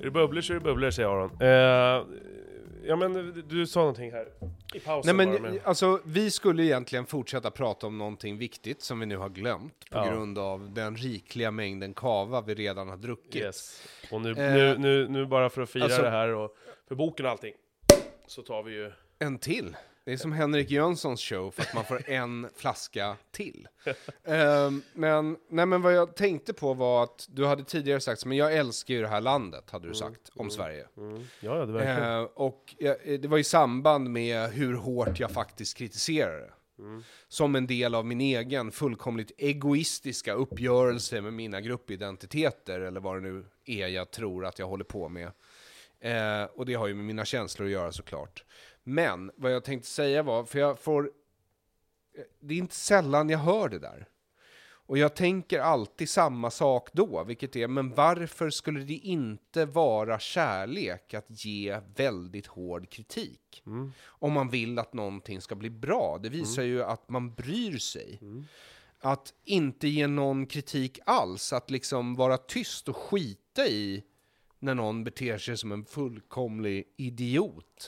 det bubblor så är det bubblor, säger Aron. Ja, men du sa någonting här i pausen. Nej, men alltså, vi skulle egentligen fortsätta prata om någonting viktigt som vi nu har glömt på grund av den rikliga mängden kava vi redan har druckit. Yes. Och nu bara för att fira alltså, det här och för boken och allting, så tar vi ju en till. Det är som Henrik Jönssons show, för att man får en flaska till. Men vad jag tänkte på var att du hade tidigare sagt, men jag älskar ju det här landet, hade du sagt om Sverige. Ja, det verkligen. Och det var i samband med hur hårt jag faktiskt kritiserar det. Som en del av min egen fullkomligt egoistiska uppgörelse med mina gruppidentiteter, eller vad det nu är jag tror att jag håller på med. Och det har ju med mina känslor att göra, såklart. Men vad jag tänkte säga var, för det är inte sällan jag hör det där. Och jag tänker alltid samma sak då, vilket är, men varför skulle det inte vara kärlek att ge väldigt hård kritik? Om man vill att någonting ska bli bra. Det visar ju att man bryr sig. Att inte ge någon kritik alls, att liksom vara tyst och skita i när någon beter sig som en fullkomlig idiot.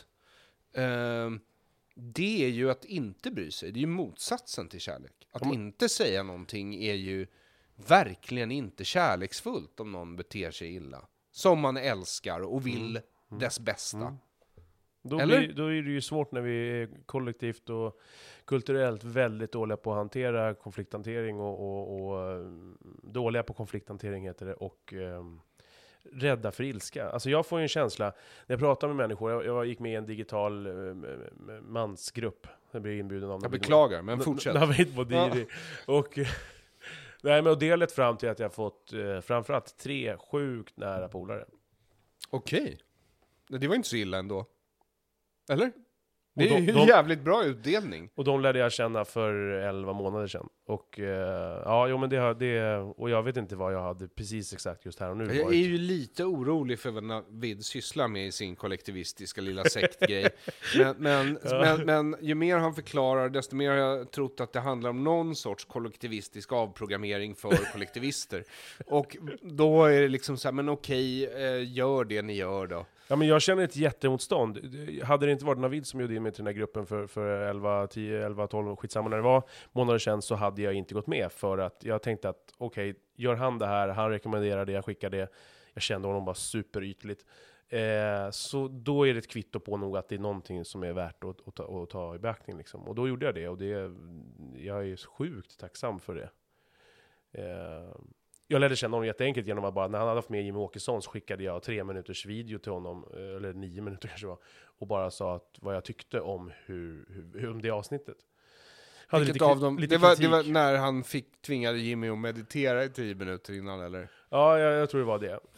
Det är ju att inte bry sig. Det är ju motsatsen till kärlek. Att inte säga någonting är ju verkligen inte kärleksfullt om någon beter sig illa. Som man älskar och vill dess bästa. Då är det ju svårt när vi är kollektivt och kulturellt väldigt dåliga på att hantera konflikthantering och dåliga på konflikthantering heter det, och rädda för ilska. Alltså jag får ju en känsla när jag pratar med människor. Jag gick med i en digital mansgrupp. Jag blev inbjuden av. Jag beklagar, men fortsätt. Navid Bodiri. Och nej, men det har lett fram till att jag fått framförallt 3 sjukt nära polare. Okej. Det var inte så illa ändå. Eller? Det är ju jävligt bra utdelning. Och de lärde jag känna för 11 månader sedan. Och och jag vet inte vad jag hade precis exakt just här och nu. Jag är ju lite orolig för vad Navid sysslar med i sin kollektivistiska lilla sektgrej. men ju mer han förklarar, desto mer har jag trott att det handlar om någon sorts kollektivistisk avprogrammering för kollektivister. Och då är det liksom så här, men okej, gör det ni gör då. Ja, men jag känner ett jättemotstånd. Hade det inte varit Navid som gjorde in mig till den här gruppen för 11, 12, skitsamma när det var månader sedan, så hade jag inte gått med, för att jag tänkte att okej, gör han det här, han rekommenderar det, jag skickar det. Jag kände honom bara superytligt. Så då är det ett kvitto på nog att det är någonting som är värt att ta i beaktning liksom. Och då gjorde jag det, och jag är sjukt tacksam för det. Jag lärde känna honom jätteenkelt genom att bara, när han hade haft med Jimmy Åkesson, så skickade jag 3 minuters video till honom, eller 9 minuter kanske var, och bara sa att vad jag tyckte om om det avsnittet. Vilket av dem? Det var när han tvingade Jimmy att meditera i 10 minuter innan, eller? Ja, jag tror det var det.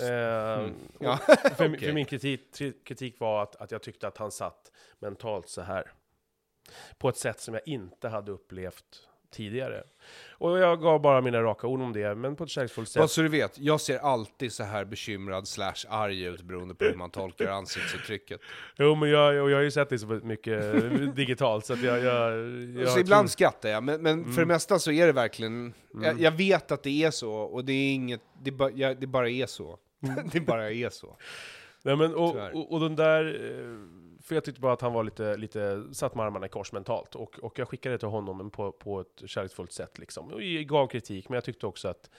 För min kritik var att jag tyckte att han satt mentalt så här. På ett sätt som jag inte hade upplevt tidigare. Och jag gav bara mina raka ord om det, men på ett kärleksfullt sätt. Så du vet, jag ser alltid så här bekymrad / arg ut beroende på hur man tolkar ansiktsuttrycket. Jo, men jag har ju sett det så mycket digitalt, så att jag så ibland skrattar jag, men för det mesta så är det verkligen, jag vet att det är så, och det är inget, det bara är så. Det bara är så. Nej, men och den där, för jag tyckte bara att han var lite satt med armarna i kors mentalt, och jag skickade det till honom på ett kärleksfullt sätt liksom. Och jag gav kritik, men jag tyckte också att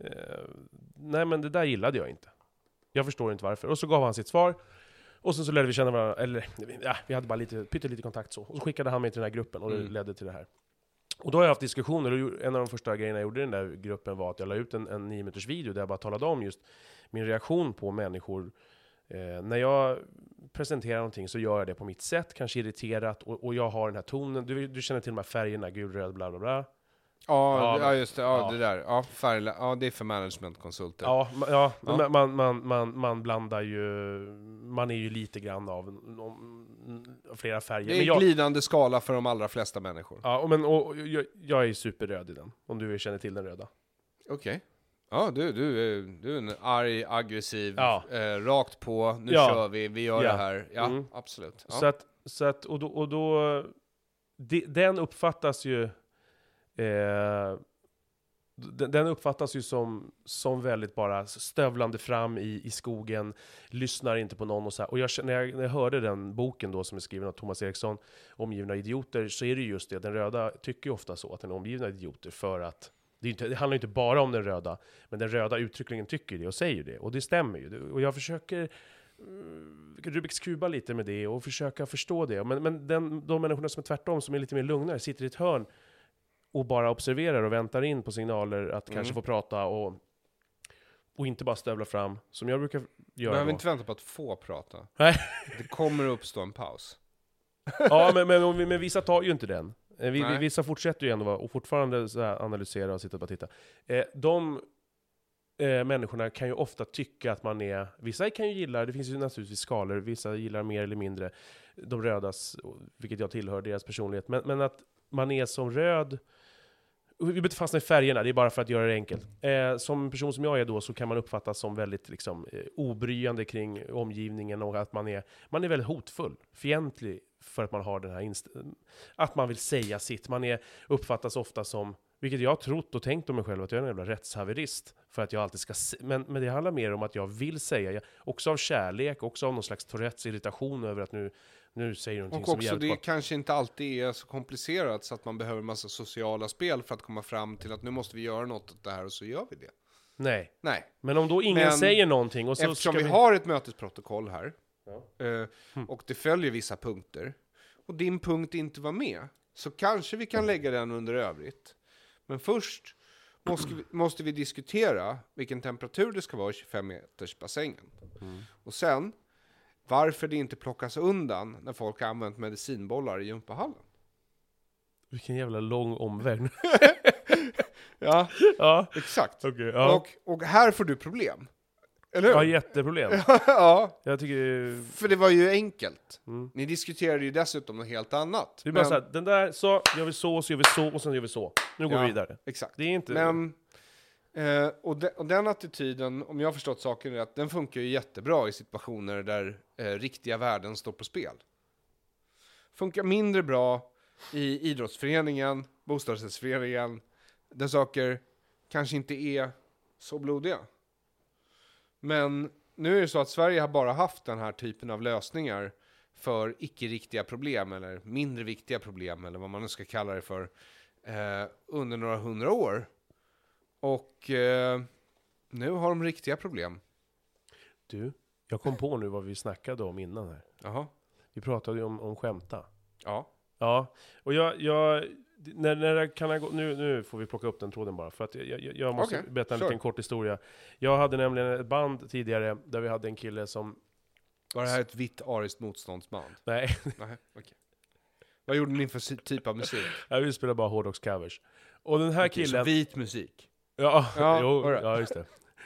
nej, men det där gillade jag inte. Jag förstår inte varför. Och så gav han sitt svar, och sen så lärde vi känna varandra, eller vi hade bara pyttelite kontakt så. Och så skickade han mig till den här gruppen, och det ledde till det här. Och då har jag haft diskussioner, och en av de första grejerna jag gjorde i den där gruppen var att jag la ut en 9 minuters video där jag bara talade om just min reaktion på människor. När jag presenterar någonting så gör jag det på mitt sätt, kanske irriterat, och jag har den här tonen. Du känner till de här färgerna, gul, röd, bla bla bla. Ja, just det. Ja, det där. Ja, färg, ja, det är för managementkonsulter. Ja. Man blandar ju, man är ju lite grann av flera färger. Det är en glidande skala för de allra flesta människor. Ja, jag är superröd i den, om du känner till den röda. Okej. Ja, du är en arg, aggressiv, rakt på, nu kör vi gör det här. Ja, absolut. Ja. Så att och då den uppfattas ju Den uppfattas ju som väldigt bara stövlande fram i skogen, lyssnar inte på någon och så här. Och när jag hörde den boken då som är skriven av Thomas Eriksson, Omgivna idioter, så är det just det, den röda tycker ju ofta så att den är omgivna idioter för att det handlar inte bara om den röda, men den röda uttryckligen tycker det och säger det, och det stämmer ju. Och jag försöker Rubiks kuba lite med det och försöka förstå det. Men de människorna som är tvärtom, som är lite mer lugnare, sitter i ett hörn och bara observerar och väntar in på signaler att kanske få prata och inte bara stövla fram, som jag brukar göra. Behöver inte vänta på att få prata. Nej. Det kommer att uppstå en paus. Ja, men vissa tar ju inte den. Vissa fortsätter ju ändå och fortfarande så här analysera och sitta och bara titta. Människorna kan ju ofta tycka att man är... Vissa kan ju gilla, det finns ju naturligtvis skalor, vissa gillar mer eller mindre de rödas, vilket jag tillhör, deras personlighet. Men att man är som röd... Vi behöver inte fastna i färgerna, det är bara för att göra det enkelt. Som person som jag är då, så kan man uppfattas som väldigt liksom, obryande kring omgivningen, och att man är väldigt hotfull, fientlig, för att man har den här att man vill säga sitt. Uppfattas ofta som, vilket jag har trott och tänkt om mig själv, att jag är en jävla rättshaverist, för att jag alltid ska men det handlar mer om att jag vill säga, också av kärlek, också av någon slags Tourettes irritation över att nu säger någonting som hjälper. Och också det kanske inte alltid är så komplicerat så att man behöver en massa sociala spel för att komma fram till att nu måste vi göra något åt det här, och så gör vi det. Nej. Nej. Men om då ingen säger någonting, och så eftersom vi har ett mötesprotokoll här, och det följer vissa punkter, och din punkt inte var med, så kanske vi kan lägga den under övrigt. Men först måste vi diskutera vilken temperatur det ska vara i 25 meters bassängen. Och sen varför det inte plockas undan när folk har använt medicinbollar i gympahallen. Vilken jävla lång omväg. Ja, exakt. Okay, ja. Och här får du problem. Eller hur? Ja, jätteproblem. Ja. Jag tycker... För det var ju enkelt. Ni diskuterade ju dessutom något helt annat. Det är bara så här, den där, så gör vi så gör vi så, och sen gör vi så. Nu går vi vidare. Exakt. Det är inte... Men, och den attityden, om jag har förstått saken rätt, den funkar ju jättebra i situationer där riktiga värden står på spel. Funkar mindre bra i idrottsföreningen, bostadsrättsföreningen, där saker kanske inte är så blodiga. Men nu är det så att Sverige har bara haft den här typen av lösningar för icke-riktiga problem, eller mindre viktiga problem, eller vad man nu ska kalla det för, under några 100 år. Och nu har de riktiga problem. Du, jag kom på nu vad vi snackade om innan här. Jaha. Vi pratade ju om skämta. Ja. Ja, och när kan jag gå, nu får vi plocka upp den tråden bara, för att jag måste berätta en liten kort historia. Jag hade nämligen ett band tidigare där vi hade en kille som... Var det här ett vitt ariskt motståndsband? Nej. Nej, okej. Vad gjorde ni för typ av musik? Vi spelade bara hårdrockscovers. Och den här killen... Så vit musik? Ja, just det.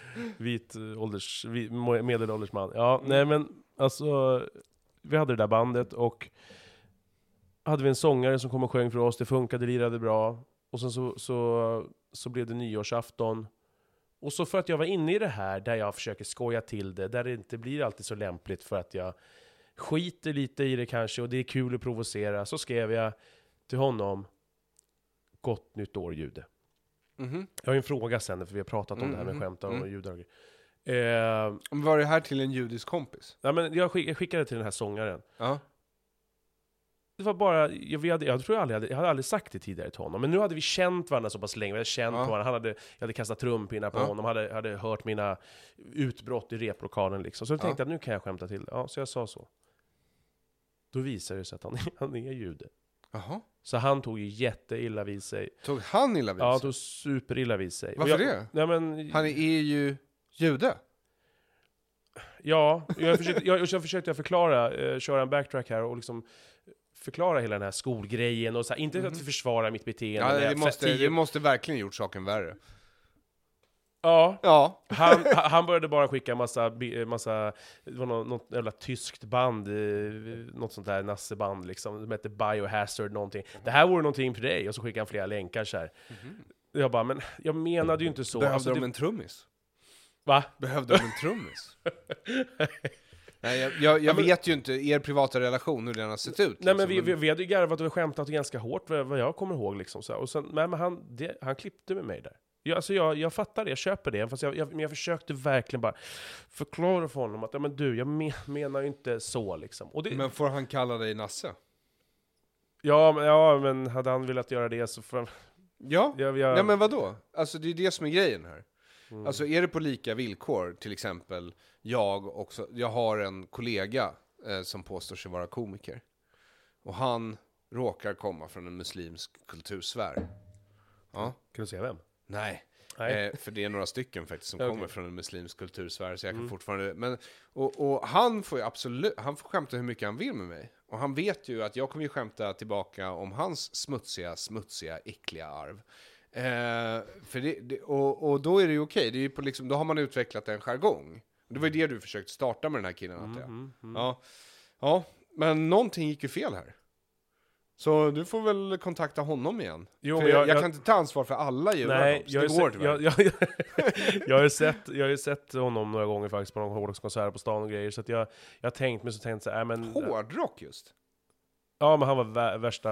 Medelålders man. Ja, nej men alltså... Vi hade det där bandet, och hade vi en sångare som kom och sjöng för oss. Det funkade, lirade bra. Och sen så blev det nyårsafton. Och så för att jag var inne i det här, där jag försöker skoja till det, där det inte blir alltid så lämpligt, för att jag skiter lite i det kanske, och det är kul att provocera, så skrev jag till honom: Gott nytt år, Jude. Jag har en fråga sen, för vi har pratat om det här med skämtar och judar. Var det här till en judisk kompis? Ja, men jag skickade till den här sångaren. Ja. Det var bara, jag hade aldrig sagt det tidigare till honom, men nu hade vi känt varandra så pass länge. Vi hade känt på varandra. Jag hade kastat trumpinnar på honom, hade hört mina utbrott i replokalen liksom. Så jag tänkte att nu kan jag skämta till. Ja, så jag sa så. Då visade det sig att han är jude. Jaha. Så han tog ju jätteilla vid sig. Tog han illa vid sig? Ja, tog superilla vid sig. Varför det? Nej, men, han är ju jude. Ja, jag försökte förklara, köra en backtrack här och liksom förklara hela den här skolgrejen och så här, inte att försvara mitt beteende. Ja, det måste verkligen gjort saken värre. Ja. Han började bara skicka massa det var något jävla tyskt band, något sånt där nasseband liksom, som hette Biohazard någonting. Det här vore någonting för dig, och så skickade han flera länkar så här. Jag bara, men jag menade ju inte så. Behövde de en trummis? Va? Behövde de en trummis? Nej, jag vet ju inte er privata relation, hur den har sett ut. Nej, liksom. Men vi hade ju garvat och skämtat ganska hårt, vad jag kommer ihåg liksom, så här. Och sen, men han klippte med mig där. Jag fattar det, jag köper det. Fast men jag försökte verkligen bara förklara för honom att men du, jag menar ju inte så liksom. Och det, Men får han kalla dig Nasse? Ja, men hade han velat göra det så får Ja, nej men vadå? Alltså det är det som är grejen här. Alltså är det på lika villkor, till exempel jag har en kollega som påstår sig vara komiker. Och han råkar komma från en muslimsk kultursfär. Ja. Kan du säga vem? Nej. För det är några stycken faktiskt som kommer från en muslimsk kultursfär, så jag kan fortfarande, men och han får ju absolut, han får skämta hur mycket han vill med mig, och han vet ju att jag kommer ju skämta tillbaka om hans smutsiga, äckliga arv. För och då är det ju okej. Det är ju på liksom, då har man utvecklat en jargong. Det var ju det du försökte starta med den här killen, antar jag. Ja, men någonting gick ju fel här. Så du får väl kontakta honom igen. Jo, för jag kan inte ta ansvar för alla judar. Nej, jag har ju sett honom några gånger faktiskt på någon hårdrockskonserter på stan och grejer. Så att jag har tänkt mig så men... Hårdrock just? Ja, men han var värsta...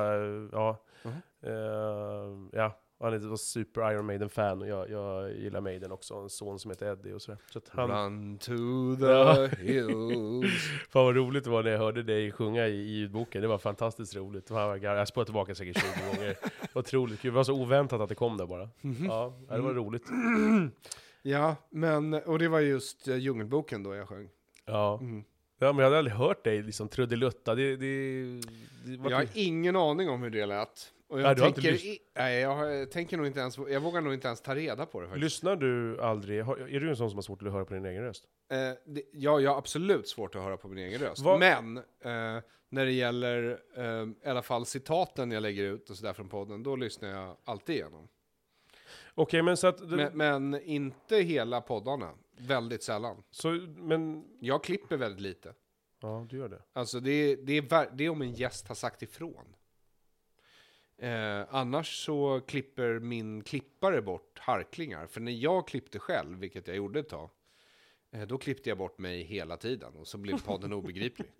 Ja. Han var super Iron Maiden-fan, och jag gillar Maiden också. En son som heter Eddie och sådär. Så att han... Run to the hills. Fan vad roligt det var när jag hörde dig sjunga i ljudboken. Det var fantastiskt roligt. Jag spelade tillbaka säkert 20 gånger. Otroligt kul. Det var så oväntat att det kom där bara. Ja, det var roligt. Ja, men... Och det var just Djungelboken då jag sjöng. Ja. Ja, men jag hade aldrig hört dig liksom trudelutta. Jag har ingen aning om hur det lät. Och jag tänker nog inte ens, jag vågar nog inte ens ta reda på det faktiskt. Lyssnar du aldrig? Är du en sån som har svårt att höra på din egen röst? Jag har absolut svårt att höra på min egen röst. Men när det gäller i alla fall citaten jag lägger ut och sådär från podden, då lyssnar jag alltid igenom. Okej, men så att... Men inte hela poddarna. Väldigt sällan. Men... Jag klipper väldigt lite. Ja, du gör det. Alltså det är om en gäst har sagt ifrån. Annars så klipper min klippare bort harklingar. För när jag klippte själv, vilket jag gjorde ett tag, då klippte jag bort mig hela tiden. Och så blev podden obegriplig.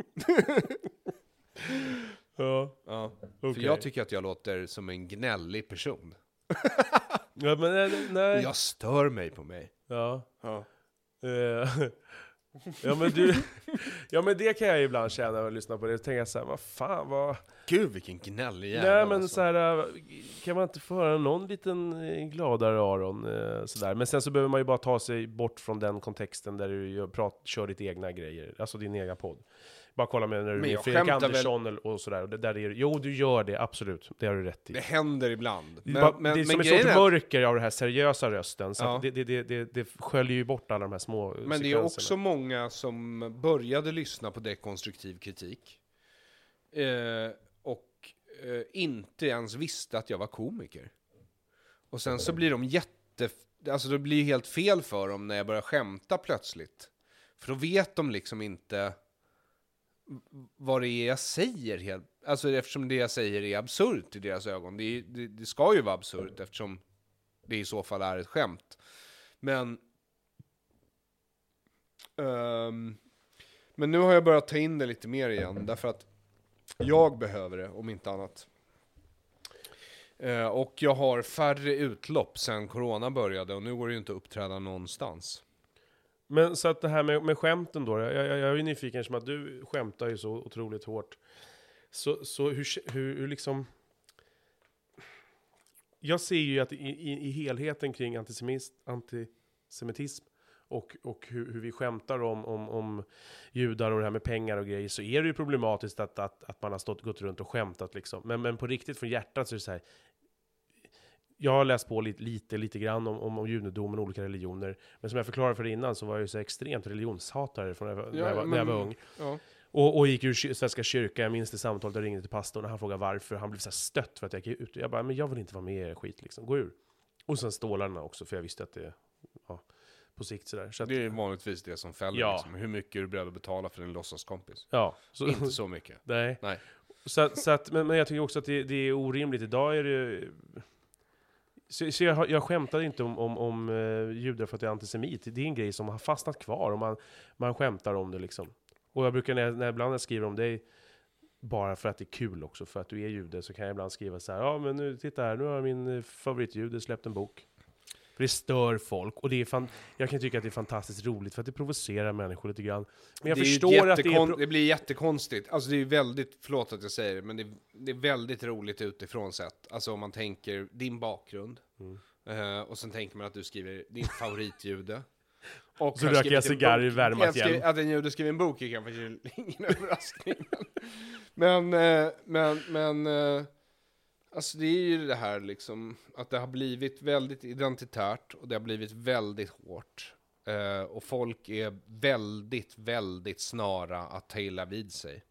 Ja. Okay. För jag tycker att jag låter som en gnällig person. Ja, men nej. Jag stör mig på mig. Ja. Ja, men det kan jag ibland känna när jag lyssnar på det. Jag tänker så här, vad fan. Gud, vilken gnällig jävel. Nej, men alltså. Så här, kan man inte få höra någon liten gladare Aron sådär. Men sen så behöver man ju bara ta sig bort från den kontexten där du kör ditt egna grejer. Alltså din egna podd. Bara kolla med när du är Fredrik Andersson och sådär. Och där är, jo, du gör det, absolut. Det har du rätt i. Det händer ibland. Men det är som en sorts mörker av den här seriösa rösten. Så att det sköljer ju bort alla de här små sekvenserna. Men det är också många som började lyssna på dekonstruktiv kritik. Och inte ens visste att jag var komiker. Och sen så blir de alltså det blir helt fel för dem när jag börjar skämta plötsligt. För då vet de liksom inte vad det är jag säger. Alltså eftersom det jag säger är absurt i deras ögon. Det ska ju vara absurt eftersom det i så fall är ett skämt. Men nu har jag börjat ta in det lite mer igen. Därför att jag behöver det, om inte annat. Och jag har färre utlopp sen corona började. Och nu går det ju inte att uppträda någonstans. Men så att det här med skämten då. Jag är ju nyfiken som att du skämtar ju så otroligt hårt. Så hur liksom... Jag ser ju att i helheten kring antisemitism och hur vi skämtar om judar och det här med pengar och grejer, så är det ju problematiskt att man har gått runt och skämtat liksom. Men på riktigt från hjärtat så är det så här... Jag har läst på lite grann om judendomen och olika religioner. Men som jag förklarade för innan så var jag ju så extremt religionshatare när jag var ung. Ja. Och gick ur Svenska kyrkan. Jag minns det samtalet, jag ringde till pastorn och han frågade varför. Han blev så här stött för att jag gick ut. Jag bara, men jag vill inte vara med i er skit liksom. Gå ur. Och sen stålarna också, för jag visste att det... Ja, på sikt sådär. Så att, det är vanligtvis det som fäller. Ja. Liksom. Hur mycket är du beredd att betala för en låtsaskompis? Ja. Inte så mycket. Nej. Så att, men jag tycker också att det är orimligt. Idag är det... Så jag skämtar inte om judar för att jag är antisemit. Det är en grej som har fastnat kvar och man skämtar om det liksom. Och jag brukar när ibland jag skriver om det bara för att det är kul också, för att du är jude, så kan jag ibland skriva så här: ja men nu titta här, nu har min favoritjude släppt en bok. För det stör folk. Och jag kan tycka att det är fantastiskt roligt för att det provocerar människor lite grann. Men jag förstår att det blir jättekonstigt. Alltså det är väldigt, förlåt att jag säger det, men det är väldigt roligt utifrån sett. Alltså om man tänker din bakgrund. Och sen tänker man att du skriver din favoritjude. Och så röker jag cigarr i värmat hjälm. Att en jude skriver en bok är kanske ingen överraskning. Men alltså det är ju det här liksom, att det har blivit väldigt identitärt och det har blivit väldigt hårt. Och folk är väldigt, väldigt snara att ta illa vid sig.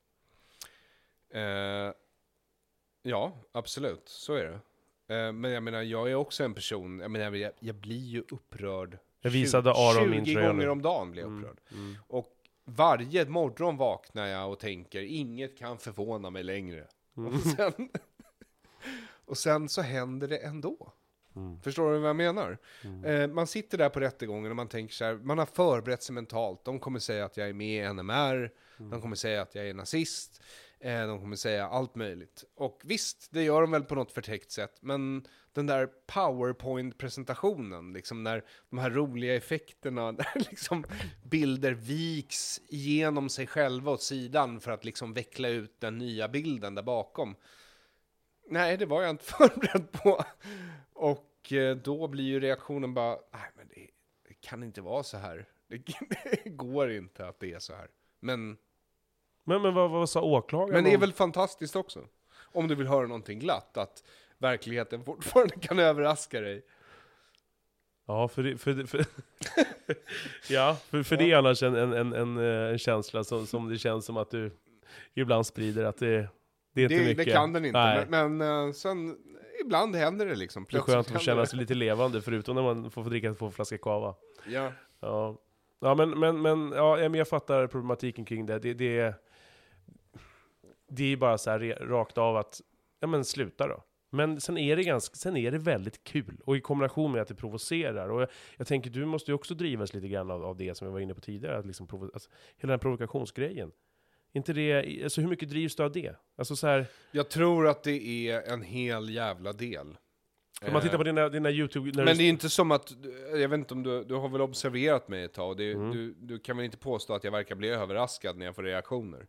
Ja, absolut, så är det. Men jag menar, jag är också en person, jag blir ju upprörd. Jag visade Aron min 20 tröja gånger om dagen blir jag upprörd. Och varje morgon vaknar jag och tänker, inget kan förvåna mig längre. Och sen så händer det ändå. Förstår du vad jag menar? Man sitter där på rättegången och man tänker så här, man har förberett sig mentalt. De kommer säga att jag är med i NMR, de kommer säga att jag är nazist, de kommer säga allt möjligt. Och visst, det gör de väl på något förtäckt sätt, men den där PowerPoint-presentationen, liksom när de här roliga effekterna, där liksom bilder viks igenom sig själva åt sidan för att liksom veckla ut den nya bilden där bakom. Nej, det var jag inte förberedd på. Och då blir ju reaktionen bara, nej men det kan inte vara så här. Det går inte att det är så här. Men vad sa åklagaren? Men det är väl fantastiskt också. Om du vill höra någonting glatt, att verkligheten fortfarande kan överraska dig. Ja, för det är annars en känsla som det känns som att du ibland sprider, att det är inte mycket. Det kan den inte, men sen ibland händer det liksom. Det är skönt att känna sig lite levande, förutom när man får dricka 2 flaskor kava. Ja. Ja, men jag fattar problematiken kring det. Det är bara så här rakt av att, ja men sluta då. Men sen är det väldigt kul. Och i kombination med att det provocerar. Och jag tänker, du måste ju också drivas lite grann av det som jag var inne på tidigare. Att liksom hela den här provokationsgrejen. Inte det, alltså hur mycket drivs du av det? Alltså så här, jag tror att det är en hel jävla del. Om man tittar på dina YouTube... Men det är inte som att, jag vet inte om du har väl observerat mig ett tag. Du kan väl inte påstå att jag verkar bli överraskad när jag får reaktioner?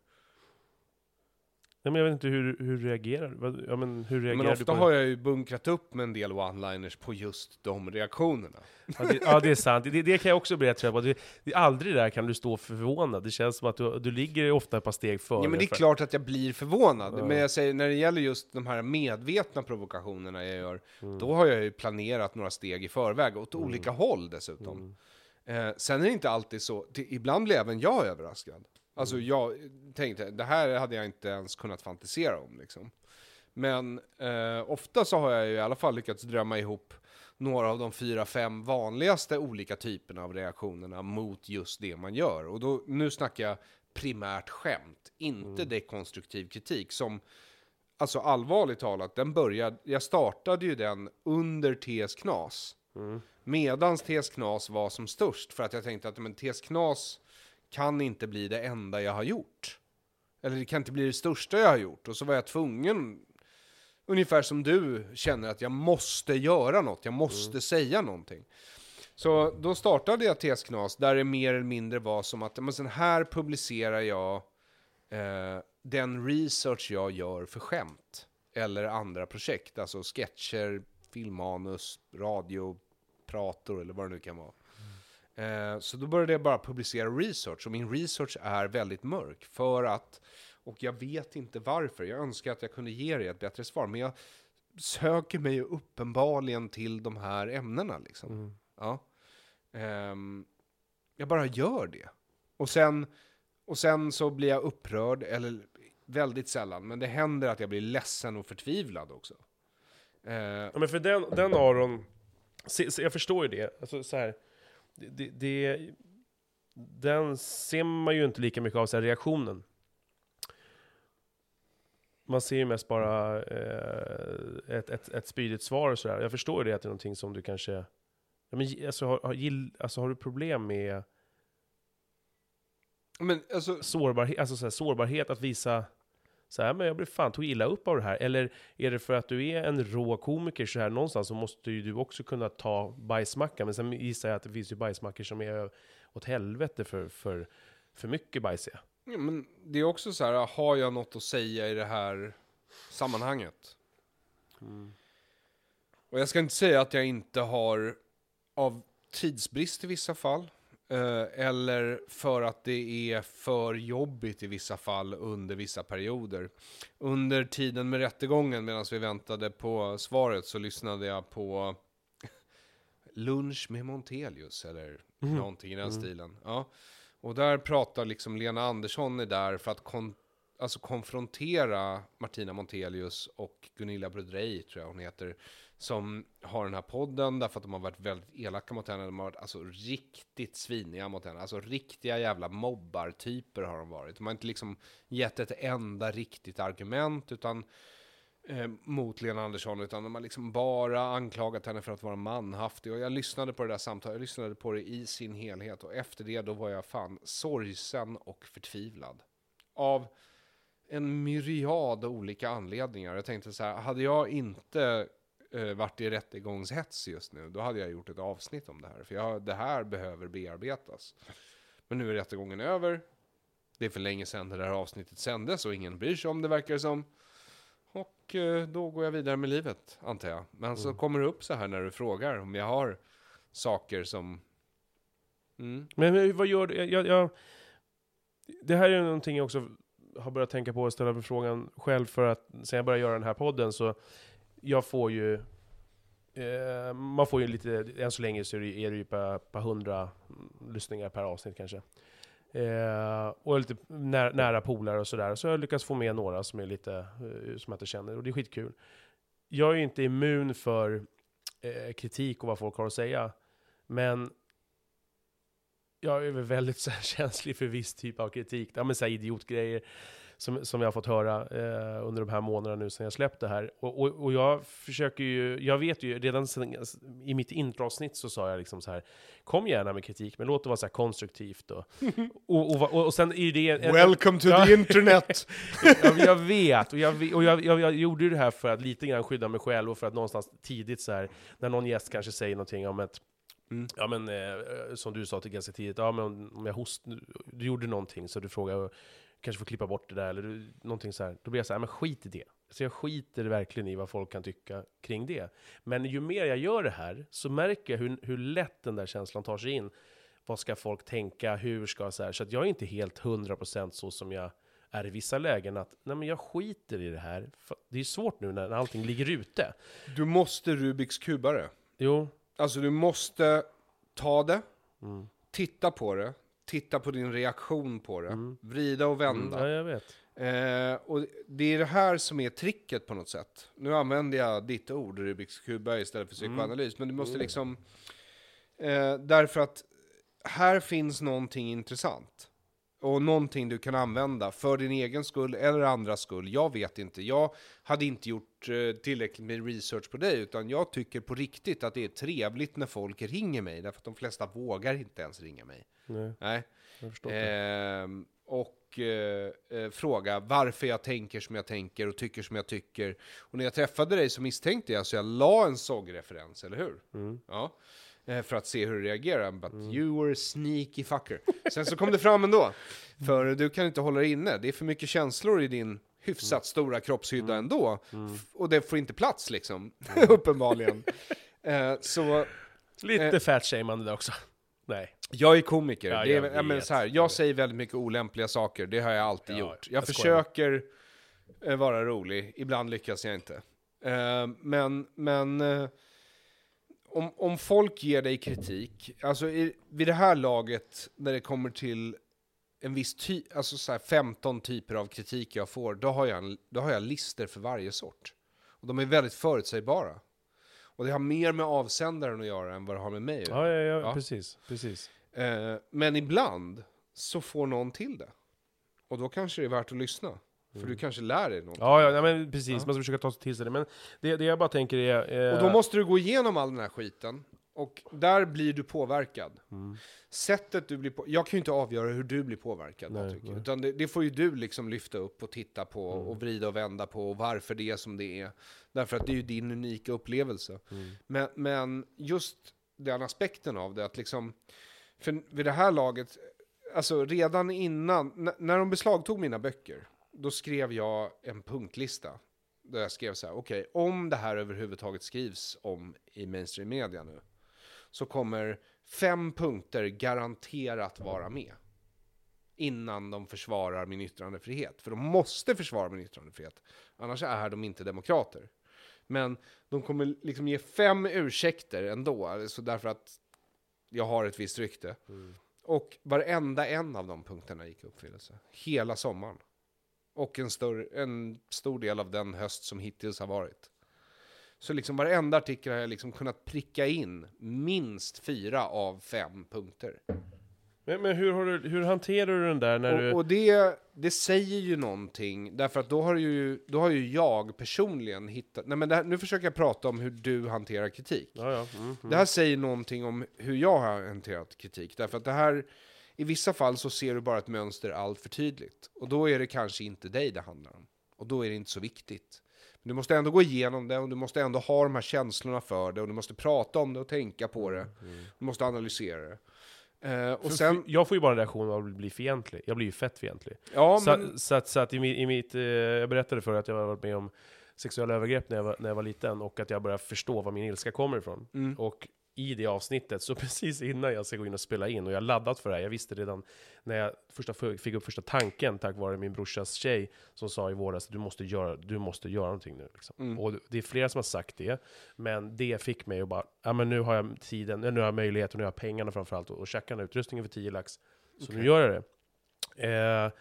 Nej, men jag vet inte hur reagerar du? Ja, men hur reagerar men ofta du på har jag ju bunkrat upp med en del one-liners på just de reaktionerna. Ja, det är sant. Det kan jag också berätta på. Det är aldrig där kan du stå förvånad. Det känns som att du ligger ofta ett par steg före. Ja, men det är klart att jag blir förvånad. Ja. Men jag säger, när det gäller just de här medvetna provokationerna jag gör, då har jag ju planerat några steg i förväg, åt olika håll dessutom. Sen är det inte alltid så. Ibland blir även jag överraskad. Alltså jag tänkte, det här hade jag inte ens kunnat fantisera om liksom. Men ofta så har jag ju i alla fall lyckats drömma ihop några av de 4-5 vanligaste olika typerna av reaktionerna mot just det man gör. Och då, nu snackar jag primärt skämt, inte dekonstruktiv kritik som, alltså allvarligt talat, jag startade ju den under TS Knas. Medans TS Knas var som störst, för att jag tänkte att men TS Knas kan inte bli det enda jag har gjort. Eller det kan inte bli det största jag har gjort. Och så var jag tvungen, ungefär som du känner, att jag måste göra något. Jag måste säga någonting. Så då startade jag TS Knas, där det mer eller mindre var som att men sen här publicerar jag den research jag gör för skämt. Eller andra projekt. Alltså sketcher, filmmanus, radioprator eller vad det nu kan vara. Så då började jag bara publicera research. Och min research är väldigt mörk. För att, och jag vet inte varför. Jag önskar att jag kunde ge dig ett bättre svar. Men jag söker mig uppenbarligen till de här ämnena. Liksom. Ja. Jag bara gör det. Och sen så blir jag upprörd. Eller väldigt sällan. Men det händer att jag blir ledsen och förtvivlad också. Ja, men för den Aron... Jag förstår ju det. Alltså så här... Den ser man ju inte lika mycket av, så här, reaktionen. Man ser ju mest bara ett spydigt svar och sådär. Jag förstår ju det, att det är någonting som du kanske... Ja, men, alltså, har du problem med men, alltså, sårbarhet, alltså, så här, sårbarhet att visa så här, men jag blev fan tog illa upp av det här. Eller är det för att du är en rå komiker så här någonstans, så måste ju du också kunna ta bajsmacka. Men sen gissar jag att det finns ju bajsmackor som är åt helvete för mycket bajsiga. Ja, men det är också så här, har jag något att säga i det här sammanhanget? Och jag ska inte säga att jag inte har, av tidsbrist i vissa fall, eller för att det är för jobbigt i vissa fall under vissa perioder. Under tiden med rättegången, medan vi väntade på svaret, så lyssnade jag på Lunch med Montelius, eller någonting i den stilen. Ja. Och där pratar liksom Lena Andersson är där för att konfrontera Martina Montelius och Gunilla Brodrej, tror jag hon heter, som har den här podden, därför att de har varit väldigt elaka mot henne. De har varit alltså riktigt sviniga mot henne. Alltså riktiga jävla mobbartyper har de varit. De har inte liksom gett ett enda riktigt argument utan mot Lena Andersson, utan de har liksom bara anklagat henne för att vara manhaftig. Och jag lyssnade på det där samtalet, jag lyssnade på det i sin helhet, och efter det då var jag fan sorgsen och förtvivlad. Av en myriad olika anledningar. Jag tänkte så här, hade jag inte varit i rättegångshets just nu, då hade jag gjort ett avsnitt om det här. För det här behöver bearbetas. Men nu är rättegången över. Det är för länge sedan det här avsnittet sändes och ingen bryr sig om det, verkar det som. Och då går jag vidare med livet, antar jag. Men så kommer det upp så här när du frågar om jag har saker som... Men vad gör du? Det här är någonting jag också har börjat tänka på och ställa för frågan själv, för att sen jag började göra den här podden så jag får ju man får ju lite, än så länge så är det ju på 100 lyssningar per avsnitt kanske. Och lite nära polare och sådär. Så jag har lyckats få med några som är lite som jag inte känner, och det är skitkul. Jag är ju inte immun för kritik och vad folk har att säga, men jag är väl väldigt så här känslig för viss typ av kritik. Ja, men så här idiotgrejer som jag har fått höra under de här månaderna nu sedan jag släppte det här. Och jag försöker ju, jag vet ju redan i mitt introavsnitt så sa jag liksom så här: kom gärna med kritik, men låt det vara så här konstruktivt. Och sen är det... Welcome to the internet! Jag vet, och jag gjorde ju det här för att lite grann skydda mig själv, och för att någonstans tidigt så här, när någon gäst kanske säger någonting om ett ja, men som du sa till ganska tidigt, ja, men om jag du gjorde någonting så du frågar, kanske får klippa bort det där eller någonting så här, då blir jag så här, men skit i det. Så jag skiter verkligen i vad folk kan tycka kring det. Men ju mer jag gör det här så märker jag hur lätt den där känslan tar sig in. Vad ska folk tänka, hur ska så här, så att jag är inte helt 100% så som jag är i vissa lägen, att nej, men jag skiter i det här. Det är svårt nu när allting ligger ute. Du måste Rubiks kubare. Jo. Alltså du måste ta det, titta på det, titta på din reaktion på det, vrida och vända. Ja, jag vet. Och det är det här som är tricket på något sätt. Nu använder jag ditt ord, Rubiks kuba, istället för psykoanalys. Men du måste liksom... därför att här finns någonting intressant. Och någonting du kan använda för din egen skull eller andras skull. Jag vet inte. Jag hade inte gjort tillräckligt med research på dig. Utan jag tycker på riktigt att det är trevligt när folk ringer mig. Därför att de flesta vågar inte ens ringa mig. Nej. Jag förstår det. Och fråga varför jag tänker som jag tänker och tycker som jag tycker. Och när jag träffade dig så misstänkte jag, så jag la en SOG-referens, eller hur? Ja. För att se hur du reagerar. But you were a sneaky fucker. Sen så kom det fram ändå. För du kan inte hålla dig inne. Det är för mycket känslor i din hyfsat stora kroppshydda ändå. Och det får inte plats liksom. Uppenbarligen. Så... Lite fatshamande där också. Nej. Jag är komiker. Ja, det är, men så här, jag säger väldigt mycket olämpliga saker. Det har jag alltid gjort. Jag försöker vara rolig. Ibland lyckas jag inte. Men om folk ger dig kritik, alltså vid det här laget, när det kommer till en viss typ, alltså så här 15 typer av kritik jag får, då har jag lister för varje sort. Och de är väldigt förutsägbara. Och det har mer med avsändaren att göra än vad det har med mig. Ja. Precis. Men ibland så får någon till det. Och då kanske det är värt att lyssna. För du kanske lär dig något. Ja, men precis. Man ska försöka ta sig till sig det. Men det jag bara tänker är... Och då måste du gå igenom all den här skiten. Och där blir du påverkad. Sättet du blir jag kan ju inte avgöra hur du blir påverkad. Nej. Utan det får ju du liksom lyfta upp och titta på och vrida och vända på och varför det är som det är. Därför att det är ju din unika upplevelse. Men just den aspekten av det, att liksom, för vid det här laget, alltså redan innan, när de beslagtog mina böcker, då skrev jag en punktlista. Där jag skrev så här, okej, om det här överhuvudtaget skrivs om i mainstream media nu, så kommer 5 punkter garanterat vara med. Innan de försvarar min yttrandefrihet. För de måste försvara min yttrandefrihet. Annars är de inte demokrater. Men de kommer liksom ge 5 ursäkter ändå. Alltså därför att jag har ett visst rykte. Och varenda en av de punkterna gick i uppfyllelse. Hela sommaren. Och en stor del av den höst som hittills har varit. Så liksom varenda artikel har jag liksom kunnat pricka in minst 4 av 5 punkter. Men hur hanterar du den där när du... Och det säger ju någonting, därför att då har ju jag personligen hittat... Nej, men nu försöker jag prata om hur du hanterar kritik. Ja. Det här säger någonting om hur jag har hanterat kritik, därför att det här... I vissa fall så ser du bara ett mönster allt för tydligt. Och då är det kanske inte dig det handlar om. Och då är det inte så viktigt. Men du måste ändå gå igenom det, och du måste ändå ha de här känslorna för det, och du måste prata om det och tänka på det. Du måste analysera det. Och sen... Jag får ju bara en reaktion av att bli fientlig. Jag blir ju fett fientlig. Ja, så att i mitt... Jag berättade för att jag har varit med om sexuella övergrepp när jag var liten, och att jag började förstå var min ilska kommer ifrån. Och i det avsnittet, så precis innan jag ska gå in och spela in, och jag laddat för det här, jag visste redan när jag fick upp första tanken, tack vare min brorsas tjej som sa i våras, du måste göra någonting nu liksom. Och det är flera som har sagt det, men det fick mig att bara, ja men nu har jag tiden, nu har jag möjlighet, och nu har jag pengarna framförallt, och checka den utrustningen för 10 lax, så nu gör jag det.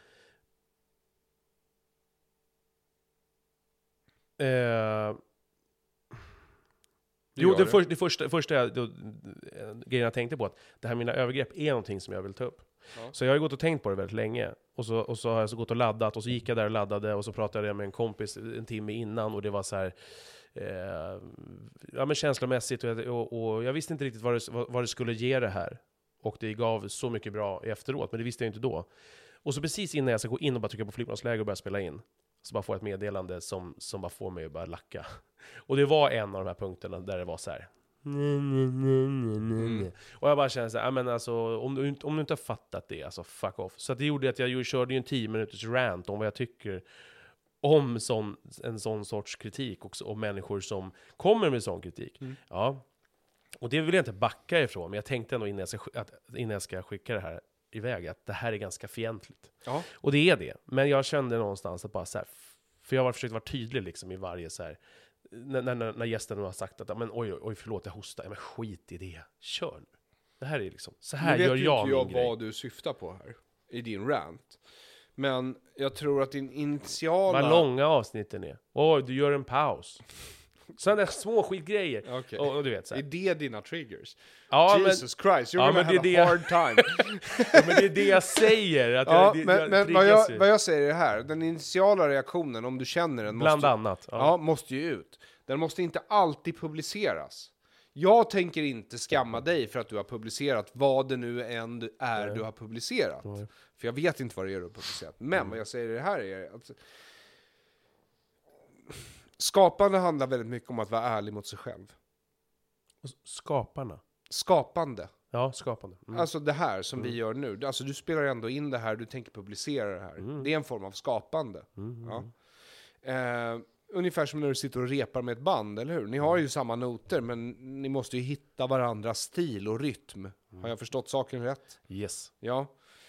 Jo, det första grejen jag tänkte på, att det här mina övergrepp är någonting som jag vill ta upp. Ja. Så jag har ju gått och tänkt på det väldigt länge. Och så har jag så gått och laddat, och så gick jag där och laddade, och så pratade jag med en kompis en timme innan, och det var så här... ja men känslomässigt, och jag visste inte riktigt vad det skulle ge det här. Och det gav så mycket bra efteråt, men det visste jag inte då. Och så precis innan jag ska gå in och bara trycka på flygplansläge och börja spela in, så bara får jag ett meddelande som bara får mig att bara lacka. Och det var en av de här punkterna där det var så här. Och jag bara kände så här, men alltså, om du inte har fattat det, alltså fuck off. Så det gjorde att jag körde ju en 10 minuters rant om vad jag tycker om en sån sorts kritik också, och människor som kommer med sån kritik. Ja. Och det vill jag inte backa ifrån, men jag tänkte ändå innan jag ska skicka det här iväg, att det här är ganska fientligt. Ja. Och det är det. Men jag kände någonstans att bara så här, för jag har försökt vara tydlig liksom i varje så här, när gästen har sagt att men oj förlåt, jag hostar. Men skit i det. Kör nu. Det här är liksom, så här gör jag min grej. Nu vet inte jag vad du syftar på här i din rant. Men jag tror att din initiala... Vad långa avsnitten är. Du gör en paus. Sådana där små skitgrejer. Okay. Och du vet så här. Är det dina triggers? Ja, Jesus Christ, you're gonna have a hard time. Ja, men det är det jag säger. Att men vad jag säger är här. Den initiala reaktionen, om du känner den, bland annat. Måste ju ut. Den måste inte alltid publiceras. Jag tänker inte skamma dig för att du har publicerat vad det nu än är du har publicerat. För jag vet inte vad det är du har publicerat. Men vad jag säger det här är att skapande handlar väldigt mycket om att vara ärlig mot sig själv. Skapande. Ja, skapande. Alltså det här som vi gör nu. Alltså du spelar ändå in det här, du tänker publicera det här. Det är en form av skapande. Ja. Ungefär som när du sitter och repar med ett band, eller hur? Ni har ju samma noter, men ni måste ju hitta varandras stil och rytm. Har jag förstått saken rätt? Yes. Ja.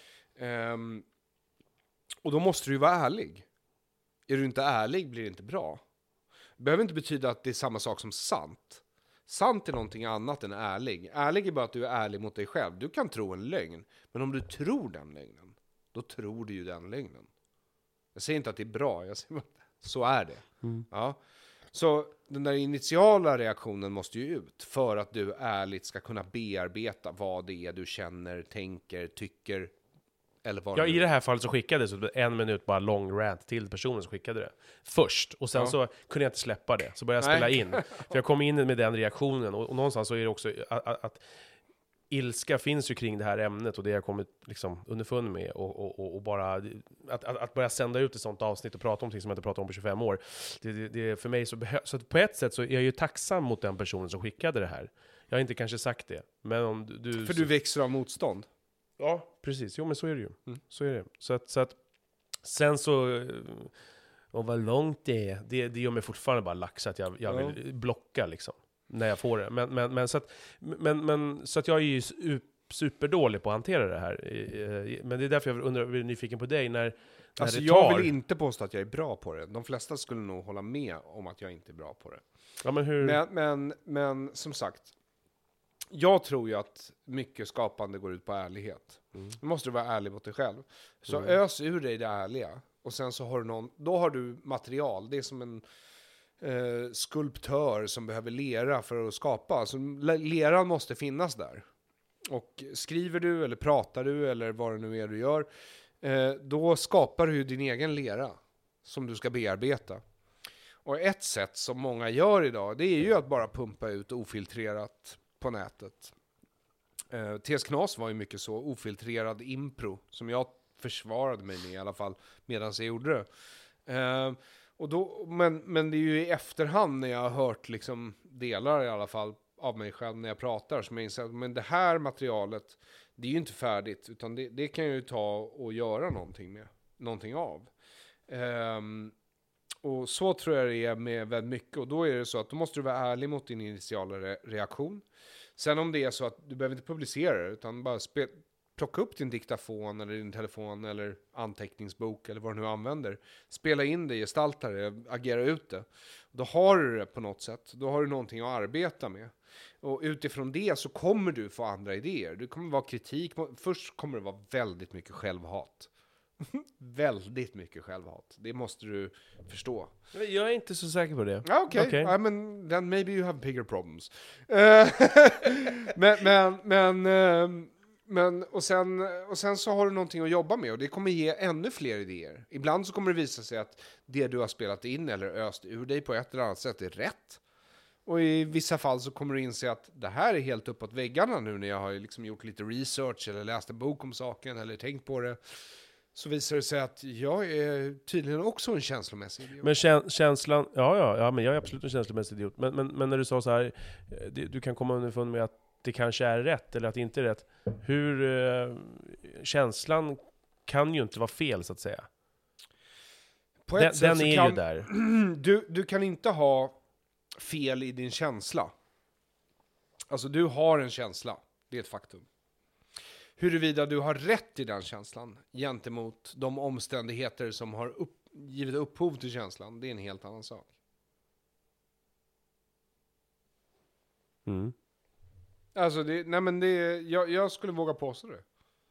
Och då måste du ju vara ärlig. Är du inte ärlig blir det inte bra. Det behöver inte betyda att det är samma sak som sant. Sant är någonting annat än ärlig. Ärlig är bara att du är ärlig mot dig själv. Du kan tro en lögn. Men om du tror den lögnen, då tror du ju den lögnen. Jag säger inte att det är bra. Jag säger bara, så är det. Ja. Så den där initiala reaktionen måste ju ut. För att du ärligt ska kunna bearbeta vad det är du känner, tänker, tycker Eller vad Ja, i det här fallet så skickade jag så 1 minut bara lång rant till personen som skickade det. Först, och sen så kunde jag inte släppa det. Så började jag spela in. För jag kom in med den reaktionen, och någonstans så är det också att ilska finns ju kring det här ämnet, och det jag kommit liksom underfund med, och bara att börja sända ut ett sånt avsnitt och prata om någonting som jag inte pratat om på 25 år. Det för mig så på ett sätt så är jag ju tacksam mot den personen som skickade det här. Jag har inte kanske sagt det, men om du... För du växer av motstånd. Ja, precis. Jo, men så är det ju. Så är det. Så att sen så... Och vad långt det är, det gör mig fortfarande bara lack, så att jag vill blocka liksom, när jag får det. Men så att jag är ju superdålig på att hantera det här. Men det är därför jag är nyfiken på dig när alltså det jag vill inte påstå att jag är bra på det. De flesta skulle nog hålla med om att jag inte är bra på det. Ja, men hur... Men som sagt, jag tror ju att mycket skapande går ut på ärlighet. Du måste vara ärlig mot dig själv. Så ös ur dig det ärliga. Och sen så har du då har du material. Det är som en skulptör som behöver lera för att skapa. Så leran måste finnas där. Och skriver du eller pratar du eller vad det nu är du gör, då skapar du ju din egen lera som du ska bearbeta. Och ett sätt som många gör idag, det är ju att bara pumpa ut ofiltrerat på nätet. TS Knas var ju mycket så, ofiltrerad impro, som jag försvarade mig med i alla fall medan jag gjorde det. Men det är ju i efterhand när jag har hört liksom delar i alla fall av mig själv när jag pratar, som jag inser att men det här materialet, det är ju inte färdigt, utan det kan jag ju ta och göra någonting av. Och så tror jag det är med väldigt mycket, och då är det så att då måste du vara ärlig mot din initiala reaktion. Sen om det är så att du behöver inte publicera det, utan bara plocka upp din diktafon eller din telefon eller anteckningsbok eller vad du nu använder. Spela in det, gestalta det, agera ut det. Då har du det på något sätt. Då har du någonting att arbeta med. Och utifrån det så kommer du få andra idéer. Det kommer vara kritik. Först kommer det vara väldigt mycket självhat. Väldigt mycket självhat. Det måste du förstå. Jag är inte så säker på det. Ja, okej. I mean, then maybe you have bigger problems. Men och sen så har du någonting att jobba med, och det kommer ge ännu fler idéer. Ibland så kommer det visa sig att det du har spelat in eller öst ur dig på ett eller annat sätt är rätt. Och i vissa fall så kommer du inse att det här är helt uppåt väggarna nu när jag har liksom gjort lite research eller läst en bok om saken eller tänkt på det. Så visar det sig att jag är tydligen också en känslomässig idiot. Men känslan, ja, men jag är absolut en känslomässig idiot. Men när du sa så här, du kan komma underfund med att det kanske är rätt eller att det inte är rätt. Känslan kan ju inte vara fel, så att säga. På ett sätt den är ju där. Du kan inte ha fel i din känsla. Alltså du har en känsla, det är ett faktum. Huruvida du har rätt i den känslan gentemot de omständigheter som har givit upphov till känslan, det är en helt annan sak. Alltså, jag skulle våga påstå det.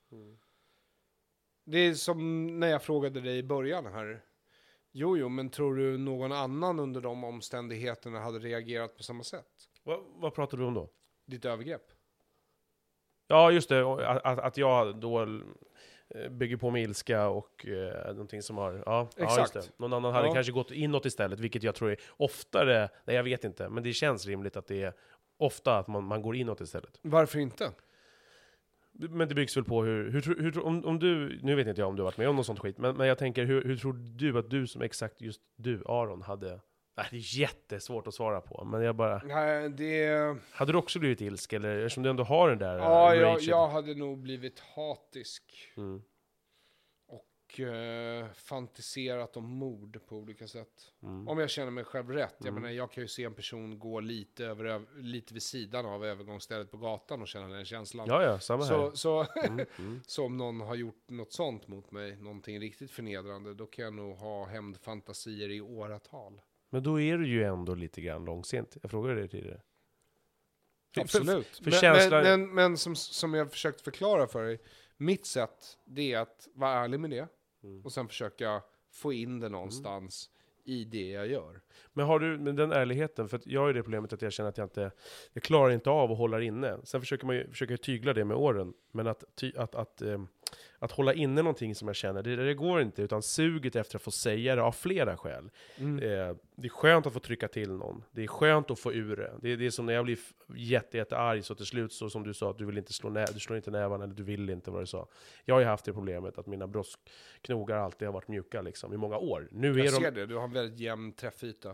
Det är som när jag frågade dig i början här. Jo, men tror du någon annan under de omständigheterna hade reagerat på samma sätt? Vad pratar du om då? Ditt övergrepp. Ja, just det. Att jag då bygger på med ilska och någonting som har... Ja, exakt. Just det. Någon annan hade kanske gått inåt istället, vilket jag tror är oftare... Nej, jag vet inte. Men det känns rimligt att det är ofta att man går inåt istället. Varför inte? Men det byggs väl på hur om du... Nu vet inte jag om du har varit med om något sånt skit. Men jag tänker, hur tror du att du som exakt just du, Aron, hade... Nej, det är jättesvårt att svara på. Men jag bara... Nej, Hade du också blivit ilsk? Eller eftersom du ändå har den där... Ja, jag hade nog blivit hatisk. Och fantiserat om mord på olika sätt. Om jag känner mig själv rätt. Jag menar, jag kan ju se en person gå lite vid sidan av övergångsstället på gatan och känna den känslan. Ja, samma här. Så om någon har gjort något sånt mot mig, någonting riktigt förnedrande, då kan jag nog ha hämndfantasier i åratal. Men då är du ju ändå lite grann långsint. Jag frågade dig tidigare. Absolut. Men som jag försökt förklara för dig, mitt sätt, det är att vara ärlig med det. Och sen försöka få in det någonstans i det jag gör. Men har du med den ärligheten, för att jag har ju det problemet att jag känner att jag klarar inte av att hålla inne. Sen försöker jag tygla det med åren. Men att att hålla inne någonting som jag känner, det går inte, utan suget efter att få säga det av flera skäl. Det är skönt att få trycka till någon. Det är skönt att få ur det. Det är som när jag blir jättearg, så till slut, så som du sa, att du vill inte du slår inte nävarna, eller du vill inte, vad du sa. Jag har ju haft det problemet att mina bröstknogar alltid har varit mjuka liksom, i många år. Jag ser det, du har en väldigt jämn träffyta.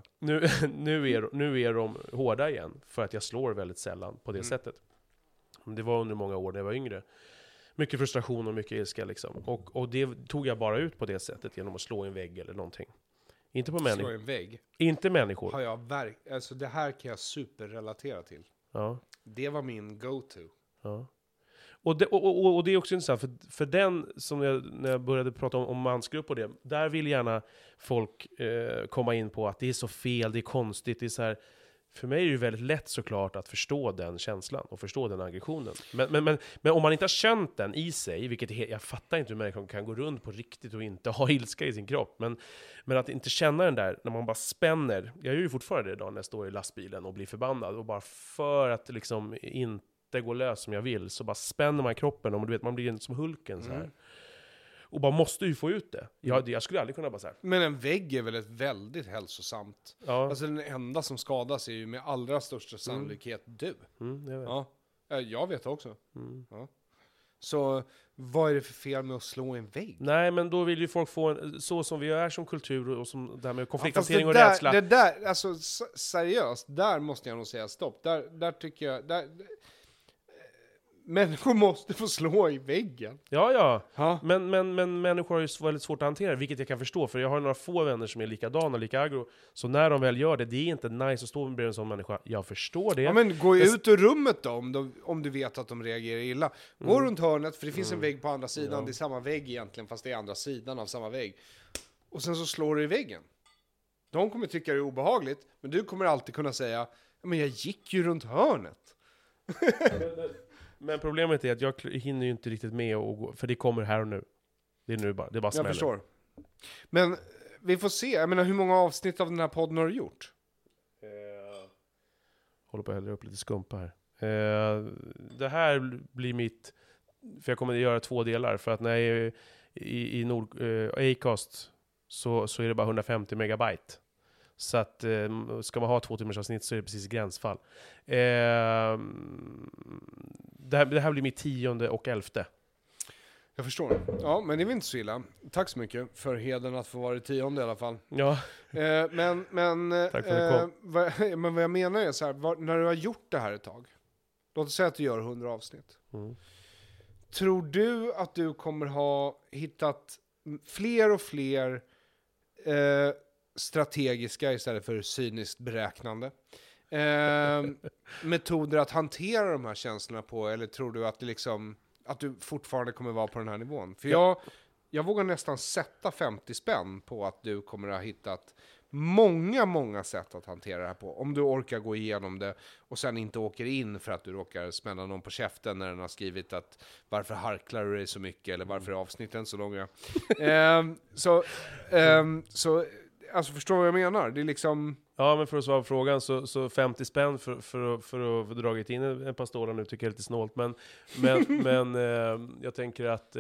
Nu är de hårda igen, för att jag slår väldigt sällan på det sättet. Det var under många år när jag var yngre. Mycket frustration och mycket ilska liksom. Och det tog jag bara ut på det sättet genom att slå en vägg eller någonting. Inte på människor. Slå en vägg? Inte människor. Har jag alltså det här kan jag superrelatera till. Ja. Det var min go-to. Ja. Och det är också intressant, för den som när jag började prata om mansgrupp och det, där vill gärna folk komma in på att det är så fel, det är konstigt, det är så här. För mig är det väldigt lätt såklart att förstå den känslan och förstå den aggressionen. Men om man inte har känt den i sig, vilket jag fattar inte hur människor kan gå runt på riktigt och inte ha ilska i sin kropp. Men att inte känna den där, när man bara spänner. Jag gör ju fortfarande det idag när jag står i lastbilen och blir förbannad. Och bara för att liksom inte gå lös som jag vill, så bara spänner man kroppen och du vet, man blir som Hulken så här. Och bara måste ju få ut det. Jag skulle aldrig kunna bara så här. Men en vägg är väl ett väldigt hälsosamt. Ja. Alltså den enda som skadas är ju med allra största sannolikhet du. Jag vet. Ja, jag vet också. Ja. Så vad är det för fel med att slå en vägg? Nej, men då vill ju folk få så som vi är som kultur och som det här med konflikthantering och där, rädsla. Det där, alltså seriöst, där måste jag nog säga stopp. Där tycker jag, människor måste få slå i väggen. Ja. Ha? Men människor har ju väldigt svårt att hantera, vilket jag kan förstå. För jag har några få vänner som är likadana, lika aggro. Så när de väl gör det, det är inte nice att stå bredvid en sån människa. Jag förstår det. Ja, men gå ut ur rummet då, om du vet att de reagerar illa. Gå runt hörnet, för det finns en vägg på andra sidan. Ja. Det är samma vägg egentligen, fast det är andra sidan av samma vägg. Och sen så slår du i väggen. De kommer tycka det är obehagligt, men du kommer alltid kunna säga, men jag gick ju runt hörnet. Men problemet är att jag hinner ju inte riktigt med att gå, för det kommer här och nu. Det är nu bara, det bara smäller. Jag förstår. Men vi får se, jag menar, hur många avsnitt av den här podden har du gjort? Håller på att hälla upp lite skumpa här. Det här blir mitt, för jag kommer att göra 2 delar, för att när jag är i Acast så är det bara 150 megabyte. Så att ska man ha 2 timmars avsnitt så är det precis gränsfall. Det här blir mitt 10:e och 11:e. Jag förstår. Ja, men det är väl inte så illa. Tack så mycket för hedern att få vara i 10:e i alla fall. Ja. Tack för att men vad jag menar är så här, när du har gjort det här ett tag, låt oss säga att du gör 100 avsnitt. Tror du att du kommer ha hittat fler och fler strategiska istället för cyniskt beräknande metoder att hantera de här känslorna på, eller tror du att det liksom, att du fortfarande kommer vara på den här nivån? För jag vågar nästan sätta 50 spänn på att du kommer ha hittat många sätt att hantera det här på, om du orkar gå igenom det och sen inte åker in för att du råkar smälla någon på käften när den har skrivit att varför harklar du dig så mycket, eller varför är avsnitten så långa. Så alltså, förstår vad jag menar? Det är liksom... Ja, men för att svara på frågan, så 50 spänn för att få dragit in en par stålar nu tycker jag är lite snålt. Men jag tänker att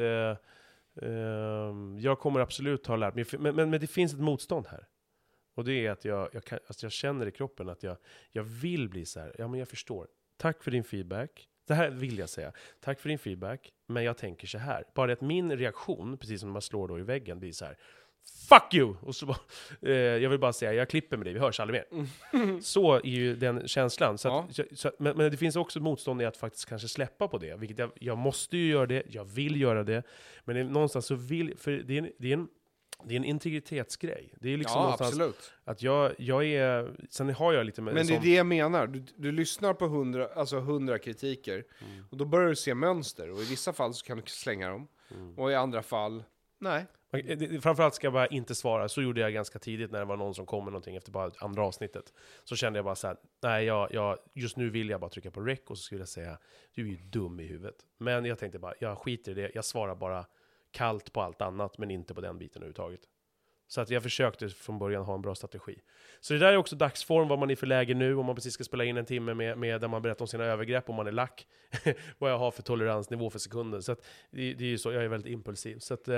jag kommer absolut ha lärt mig. Men det finns ett motstånd här. Och det är att jag känner i kroppen att jag vill bli så här. Ja, men jag förstår. Tack för din feedback. Det här vill jag säga. Tack för din feedback. Men jag tänker så här. Bara att min reaktion, precis som man slår då i väggen, blir så här: fuck you! Och så jag vill bara säga, jag klipper med dig, vi hörs aldrig mer. Så är ju den känslan. Men det finns också motstånd i att faktiskt kanske släppa på det. Vilket jag måste ju göra det, jag vill göra det. Men någonstans så för det är en integritetsgrej. Det är liksom någonstans absolut. Att jag är... Sen har jag lite... Men det är det jag menar. Du lyssnar på 100 kritiker. Och då börjar du se mönster. Och i vissa fall så kan du slänga dem. Och i andra fall, nej. Framförallt ska jag bara inte svara. Så gjorde jag ganska tidigt när det var någon som kom med någonting efter bara andra avsnittet. Så kände jag bara så här: nej, just nu vill jag bara trycka på rec och så skulle jag säga, du är ju dum i huvudet. Men jag tänkte bara, jag skiter i det. Jag svarar bara kallt på allt annat, men inte på den biten överhuvudtaget. Så att jag försökte från början ha en bra strategi. Så det där är också dagsform, vad man är för läge nu, om man precis ska spela in en timme med där man berättar om sina övergrepp, om man är lack, vad jag har för toleransnivå för sekunder. Så att det är ju så, jag är väldigt impulsiv. Så att,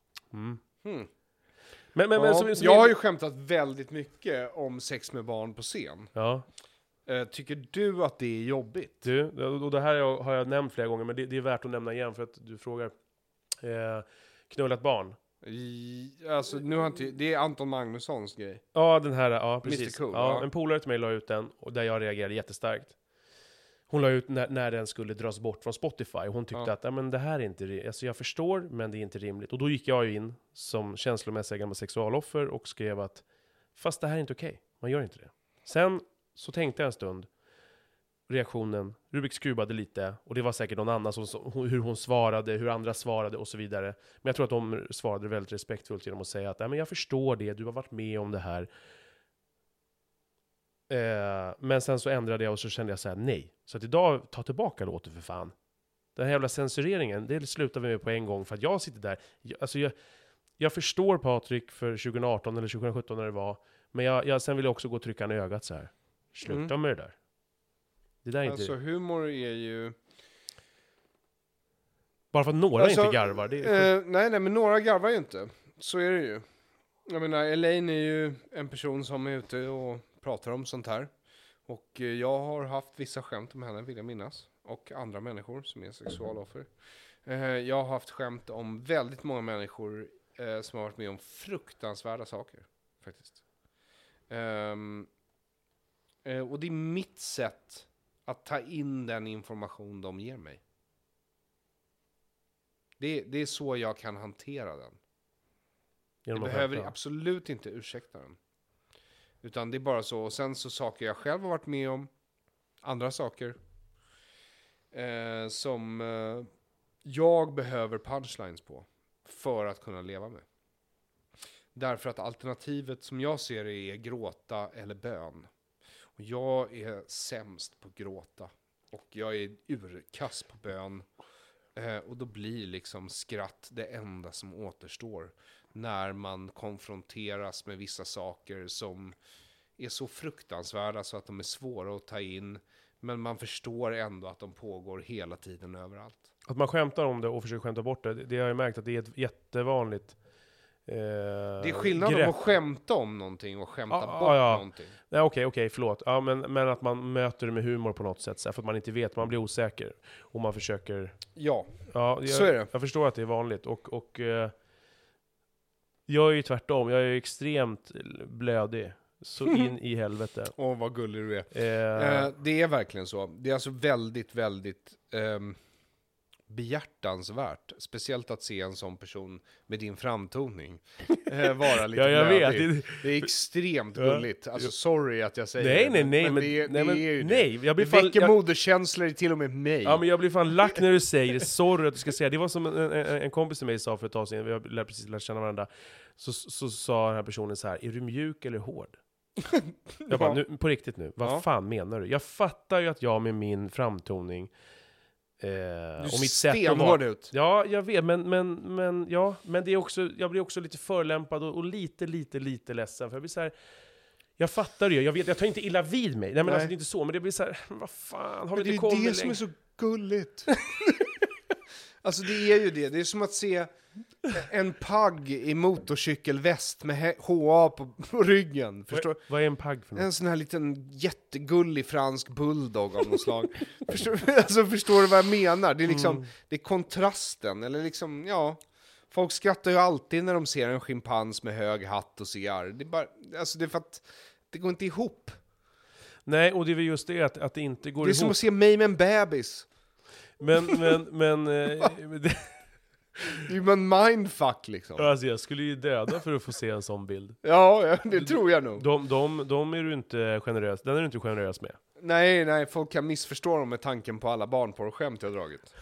Jag har ju skämtat väldigt mycket om sex med barn på scen. Ja. Tycker du att det är jobbigt? Du, och det här har jag nämnt flera gånger, men det är värt att nämna igen för att du frågar. Knullat barn. Alltså, nu har inte, det är Anton Magnussons grej. Ja, den här, ja precis. Cool, ja. En polare till mig la ut den, och där jag reagerade jättestarkt. Hon la ut när den skulle dras bort från Spotify, och hon tyckte att men det här är inte alltså jag förstår, men det är inte rimligt. Och då gick jag in som känslomässig gammal sexualoffer och skrev att fast det här är inte okej. Man gör inte det. Sen så tänkte jag en stund, reaktionen, Rubiks kubade lite, och det var säkert någon annan hur hon svarade, hur andra svarade och så vidare. Men jag tror att de svarade väldigt respektfullt genom att säga att men jag förstår det, du har varit med om det här. Men sen så ändrade jag, och så kände jag så här: nej. Så att idag, ta tillbaka låten för fan. Den här jävla censureringen, det slutar vi med på en gång, för att jag sitter där. Jag förstår Patrik för 2018 eller 2017 när det var, men sen vill jag också gå och trycka en ögat så här. Sluta med det där. Det där är alltså inte... humor är ju... Bara för att några inte garvar. Det är nej, men några garvar ju inte. Så är det ju. Jag menar, Elaine är ju en person som är ute och pratar om sånt här. Och jag har haft vissa skämt om henne, vill jag minnas. Och andra människor som är sexualoffer. Jag har haft skämt om väldigt många människor som har varit med om fruktansvärda saker. Faktiskt. Och det är mitt sätt att ta in den information de ger mig. Det är så jag kan hantera den. Jag behöver absolut inte ursäkta den. Utan det är bara så. Och sen så saker jag själv har varit med om. Andra saker. Som jag behöver punchlines på. För att kunna leva med. Därför att alternativet som jag ser det är gråta eller bön. Och jag är sämst på gråta. Och jag är urkass på bön. Och då blir liksom skratt det enda som återstår. När man konfronteras med vissa saker som är så fruktansvärda så att de är svåra att ta in. Men man förstår ändå att de pågår hela tiden överallt. Att man skämtar om det och försöker skämta bort det, det har jag märkt att det är ett jättevanligt det är skillnad om att skämta om någonting och skämta bort någonting. Ja, okej, förlåt. Ja, men att man möter det med humor på något sätt, så för att man inte vet, man blir osäker. Och man försöker... Ja, så är det. Jag förstår att det är vanligt. Och jag är ju tvärtom, jag är extremt blödig. Så in i helvete. Åh, vad gullig du är. Det är verkligen så. Det är alltså väldigt, väldigt... behjärtansvärt. Speciellt att se en sån person med din framtoning vara lite jag vet. Det är extremt gulligt. Alltså sorry att jag säger nej. Men jag blir fan, väcker moderkänslor till och med mig. Ja, men jag blir fan lack när du säger det. Sorry att du ska säga. Det var som en kompis till mig sa för ett tag sedan. Vi har precis lärt känna varandra. Så sa den här personen så här: är du mjuk eller hård? Jag bara, nu, på riktigt nu. Vad fan menar du? Jag fattar ju att jag med min framtoning du och mitt sätt att vara ut. Ja, jag vet, men det är också, jag blir också lite förlämpad och lite ledsen, för jag blir så här, jag fattar ju, jag tar inte illa vid mig. Nej, men alltså det är inte så, men det blir så här, vad fan, har vi inte kommit längre? Det är det som är så gulligt. Alltså det är ju det. Det är som att se en pagg i motorcykelväst med HA på ryggen. Förstår? Vad är en pagg för något? En sån här liten jättegullig fransk bulldog av något slag. Förstår du vad jag menar? Det är liksom, det är kontrasten. Eller liksom, ja. Folk skrattar ju alltid när de ser en schimpans med hög hatt och cigarr. Det är bara, alltså det är för att det går inte ihop. Nej, och det är väl just det att det inte går ihop. Det är som att se mig med en bebis. Men det är ju en mindfuck liksom. Alltså jag skulle ju döda för att få se en sån bild. Ja, det tror jag nog. De är du inte generös. Den är du inte generös med. Nej, folk kan missförstå dem med tanken på alla barnporrskämt jag har dragit.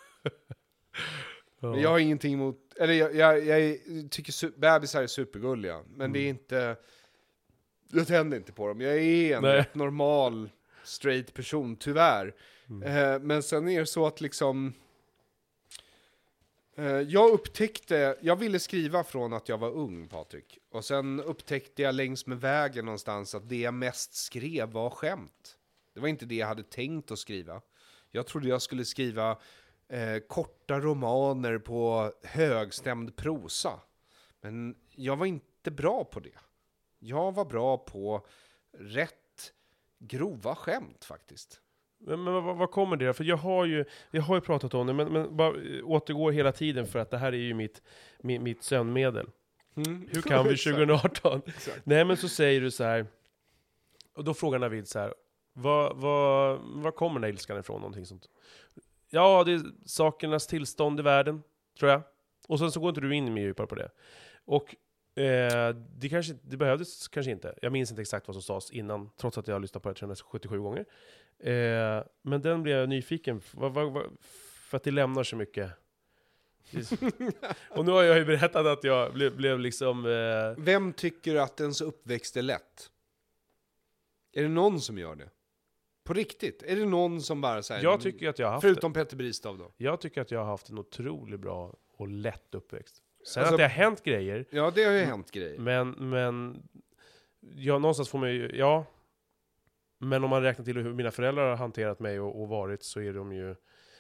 Men jag har ingenting emot, eller jag tycker bebisar är supergulliga, men det är inte, jag tänder inte på dem. Jag är en rätt normal straight person, tyvärr. Men sen är det så att liksom, Jag ville skriva från att jag var ung, Patrik. Och sen upptäckte jag längs med vägen någonstans att det jag mest skrev var skämt. Det var inte det jag hade tänkt att skriva. Jag trodde jag skulle skriva korta romaner på högstämd prosa. Men jag var inte bra på det. Jag var bra på rätt grova skämt faktiskt. Men vad kommer det? För jag har ju pratat om det, men bara återgår hela tiden för att det här är ju mitt sömnmedel. Hur kan vi 2018? Nej, men så säger du så här, och då frågar Navid så här, vad kommer den här ilskan ifrån? Någonting sånt. Ja, det är sakernas tillstånd i världen, tror jag. Och sen så går inte du in mer djupare på det. Och det behövdes kanske inte. Jag minns inte exakt vad som sades innan, trots att jag har lyssnat på det 377 gånger. Men den blev jag nyfiken för att det lämnar så mycket. Och nu har jag ju berättat att jag blev liksom... Vem tycker att ens uppväxt är lätt? Är det någon som gör det? På riktigt? Är det någon som bara säger... Jag tycker att jag har haft förutom Petter Bristav då? Jag tycker att jag har haft en otroligt bra och lätt uppväxt. Sen att det har hänt grejer. Ja, det har ju hänt grejer. Men jag någonstans får mig... Ja. Men om man räknar till hur mina föräldrar har hanterat mig och varit, så är de ju...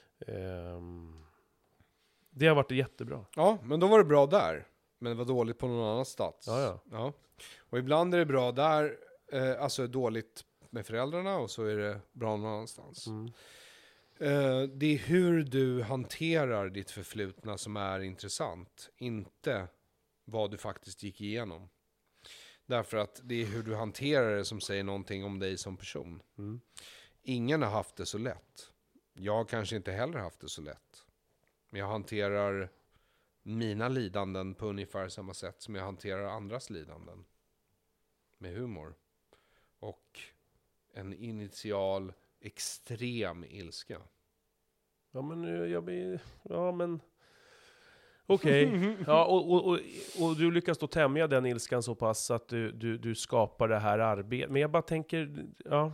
det har varit jättebra. Ja, men då var det bra där. Men det var dåligt på någon annan stats. Ja. Och ibland är det bra där, alltså dåligt med föräldrarna, och så är det bra någon annanstans. Det är hur du hanterar ditt förflutna som är intressant. Inte vad du faktiskt gick igenom. Därför att det är hur du hanterar det som säger någonting om dig som person. Ingen har haft det så lätt. Jag har kanske inte heller haft det så lätt. Men jag hanterar mina lidanden på ungefär samma sätt som jag hanterar andras lidanden. Med humor. Och en initial extrem ilska. Ja, men jag blir... Ja, men... Okej. Ja, och du lyckas då tämja den ilskan så pass att du skapar det här arbetet. Men jag bara tänker... Ja,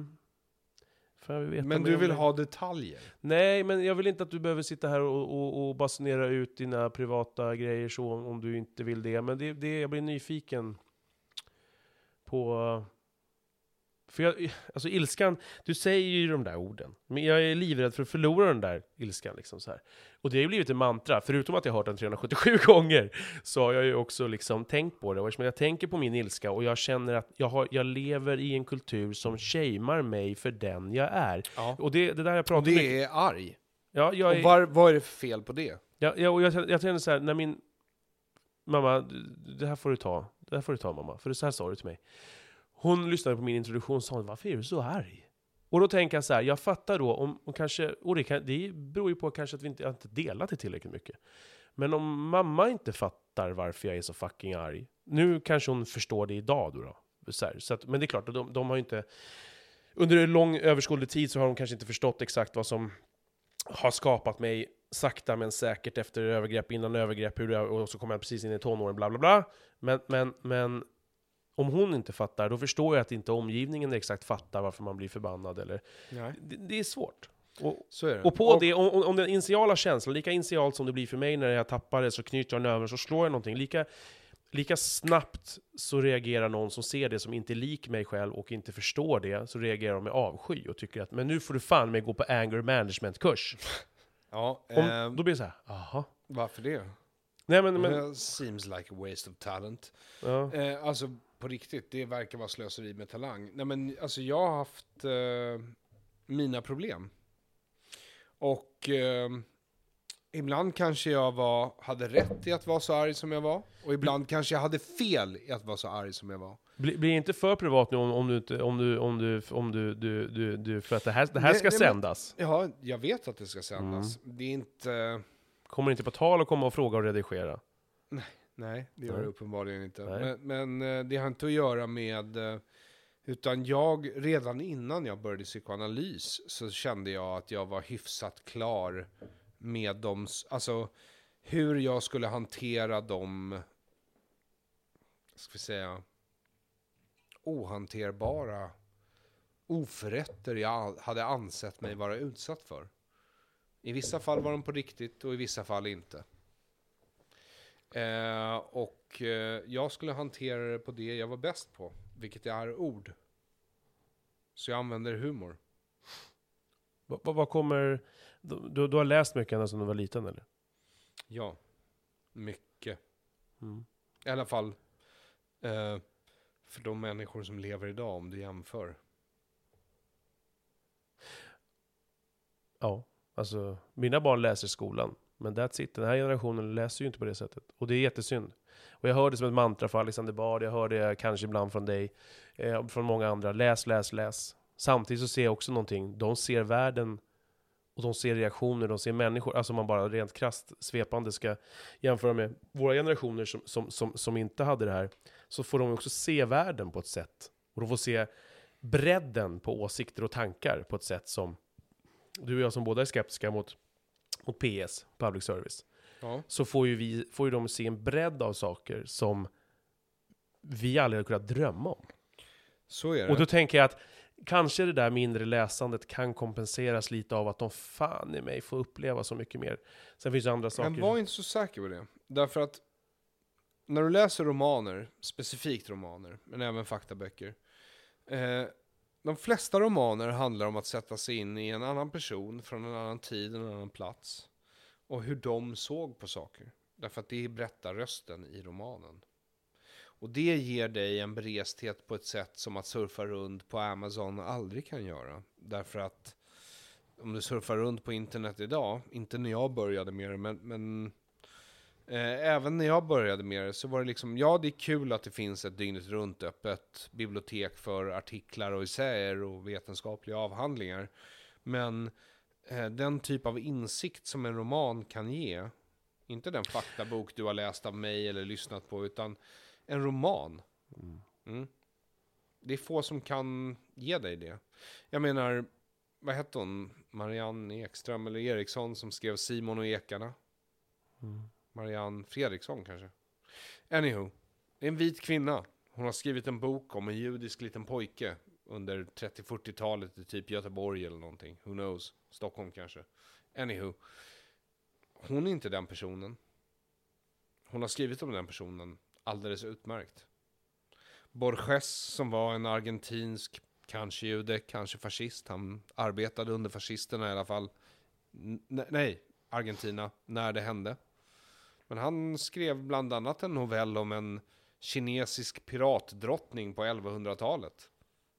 men du vill ha detaljer? Nej, men jag vill inte att du behöver sitta här och basunera ut dina privata grejer så, om du inte vill det. Men jag blir nyfiken på... För alltså ilskan, du säger ju de där orden, men jag är livrädd för att förlora den där ilskan liksom så här. Och det har ju blivit en mantra, förutom att jag har hört den 377 gånger, så har jag ju också liksom tänkt på det. Och jag tänker på min ilska, och jag känner att jag lever i en kultur som shamear mig för den jag är. Ja. Och det där jag pratar om. Det är arg. Ja, och vad är det för fel på det? Ja, och jag känner så här, när min mamma, det här får du ta mamma, för det så här sa du till mig. Hon lyssnade på min introduktion och sa, varför är du så arg? Och då tänker jag så här, jag fattar då, om kanske, och det beror ju på kanske att vi inte delat det tillräckligt mycket. Men om mamma inte fattar varför jag är så fucking arg, nu kanske hon förstår det idag då. Så att, men det är klart, de har ju inte, under en lång överskådlig tid så har de kanske inte förstått exakt vad som har skapat mig sakta men säkert efter övergrepp, innan övergrepp, och så kommer jag precis in i tonåren, bla bla bla. Men om hon inte fattar, då förstår jag att inte omgivningen exakt fattar varför man blir förbannad. Eller... Det är svårt. Så är det. Och på det, om den initiala känslan, lika initialt som det blir för mig när jag tappar det, så knyter jag den över, så slår jag någonting. Lika snabbt så reagerar någon som ser det som inte är lik mig själv och inte förstår det, så reagerar de med avsky och tycker att, men nu får du fan med gå på anger management-kurs. Ja, då blir det så här, aha. Varför det? Nej, men seems like a waste of talent. Ja. Alltså, på riktigt, det verkar vara slöseri med talang. Nej, men alltså jag har haft mina problem. Och ibland kanske jag hade rätt i att vara så arg som jag var. Och ibland kanske jag hade fel i att vara så arg som jag var. Blir inte för privat nu om du för att det här ska sändas. Ja, jag vet att det ska sändas. Det är inte... Kommer inte på tal att komma och fråga och redigera? Nej, det gör det uppenbarligen inte. Men det har inte att göra med... Utan redan innan jag började psykoanalys så kände jag att jag var hyfsat klar med alltså hur jag skulle hantera de, ska vi säga, ohanterbara oförrätter jag hade ansett mig vara utsatt för. I vissa fall var de på riktigt och i vissa fall inte. Och jag skulle hantera det på det jag var bäst på, vilket är ord. Så jag använder humor. Vad kommer... Du har läst mycket ända sedan du var liten, eller? Ja, mycket. I alla fall för de människor som lever idag, om du jämför. Ja, alltså mina barn läser i skolan. Men that's it. Den här generationen läser ju inte på det sättet. Och det är jättesynd. Och jag hör det som ett mantra för Alexander Bard. Jag hör det kanske ibland från dig. Från många andra. Läs. Samtidigt så ser jag också någonting. De ser världen. Och de ser reaktioner. De ser människor. Alltså man bara rent krasst svepande ska jämföra med våra generationer som inte hade det här. Så får de också se världen på ett sätt. Och de får se bredden på åsikter och tankar på ett sätt som du och jag som båda är skeptiska mot PS, public service. Ja. Så får ju de se en bredd av saker som vi aldrig har kunnat drömma om. Så är det. Och då tänker jag att kanske det där mindre läsandet kan kompenseras lite av att de fan i mig får uppleva så mycket mer. Sen finns det andra saker. Men var inte så säker på det. Därför att när du läser romaner, specifikt romaner, men även faktaböcker. De flesta romaner handlar om att sätta sig in i en annan person från en annan tid, en annan plats. Och hur de såg på saker. Därför att det är berättarrösten i romanen. Och det ger dig en beresthet på ett sätt som att surfa runt på Amazon aldrig kan göra. Därför att om du surfar runt på internet idag, inte när jag började med det, men även när jag började med det så var det liksom, ja det är kul att det finns ett dygnet runt öppet bibliotek för artiklar och essäer och vetenskapliga avhandlingar. Men den typ av insikt som en roman kan ge, inte den faktabok du har läst av mig eller lyssnat på, utan en roman. Det är få som kan ge dig det. Jag menar, vad hette hon? Marianne Ekström eller Eriksson som skrev Simon och ekarna. Marianne Fredriksson kanske. Anywho, det är en vit kvinna. Hon har skrivit en bok om en judisk liten pojke under 30-40-talet i typ Göteborg eller någonting. Who knows? Stockholm kanske. Anywho. Hon är inte den personen. Hon har skrivit om den personen alldeles utmärkt. Borges som var en argentinsk, kanske jude, kanske fascist. Han arbetade under fascisterna i alla fall. Nej, Argentina, när det hände. Men han skrev bland annat en novell om en kinesisk piratdrottning på 1100-talet.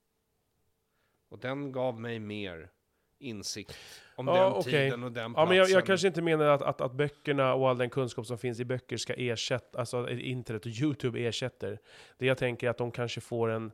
Och den gav mig mer insikt om den tiden och den platsen. Ja, men jag kanske inte menar att böckerna och all den kunskap som finns i böcker ska ersätta, alltså internet och YouTube ersätter. Det jag tänker är att de kanske får en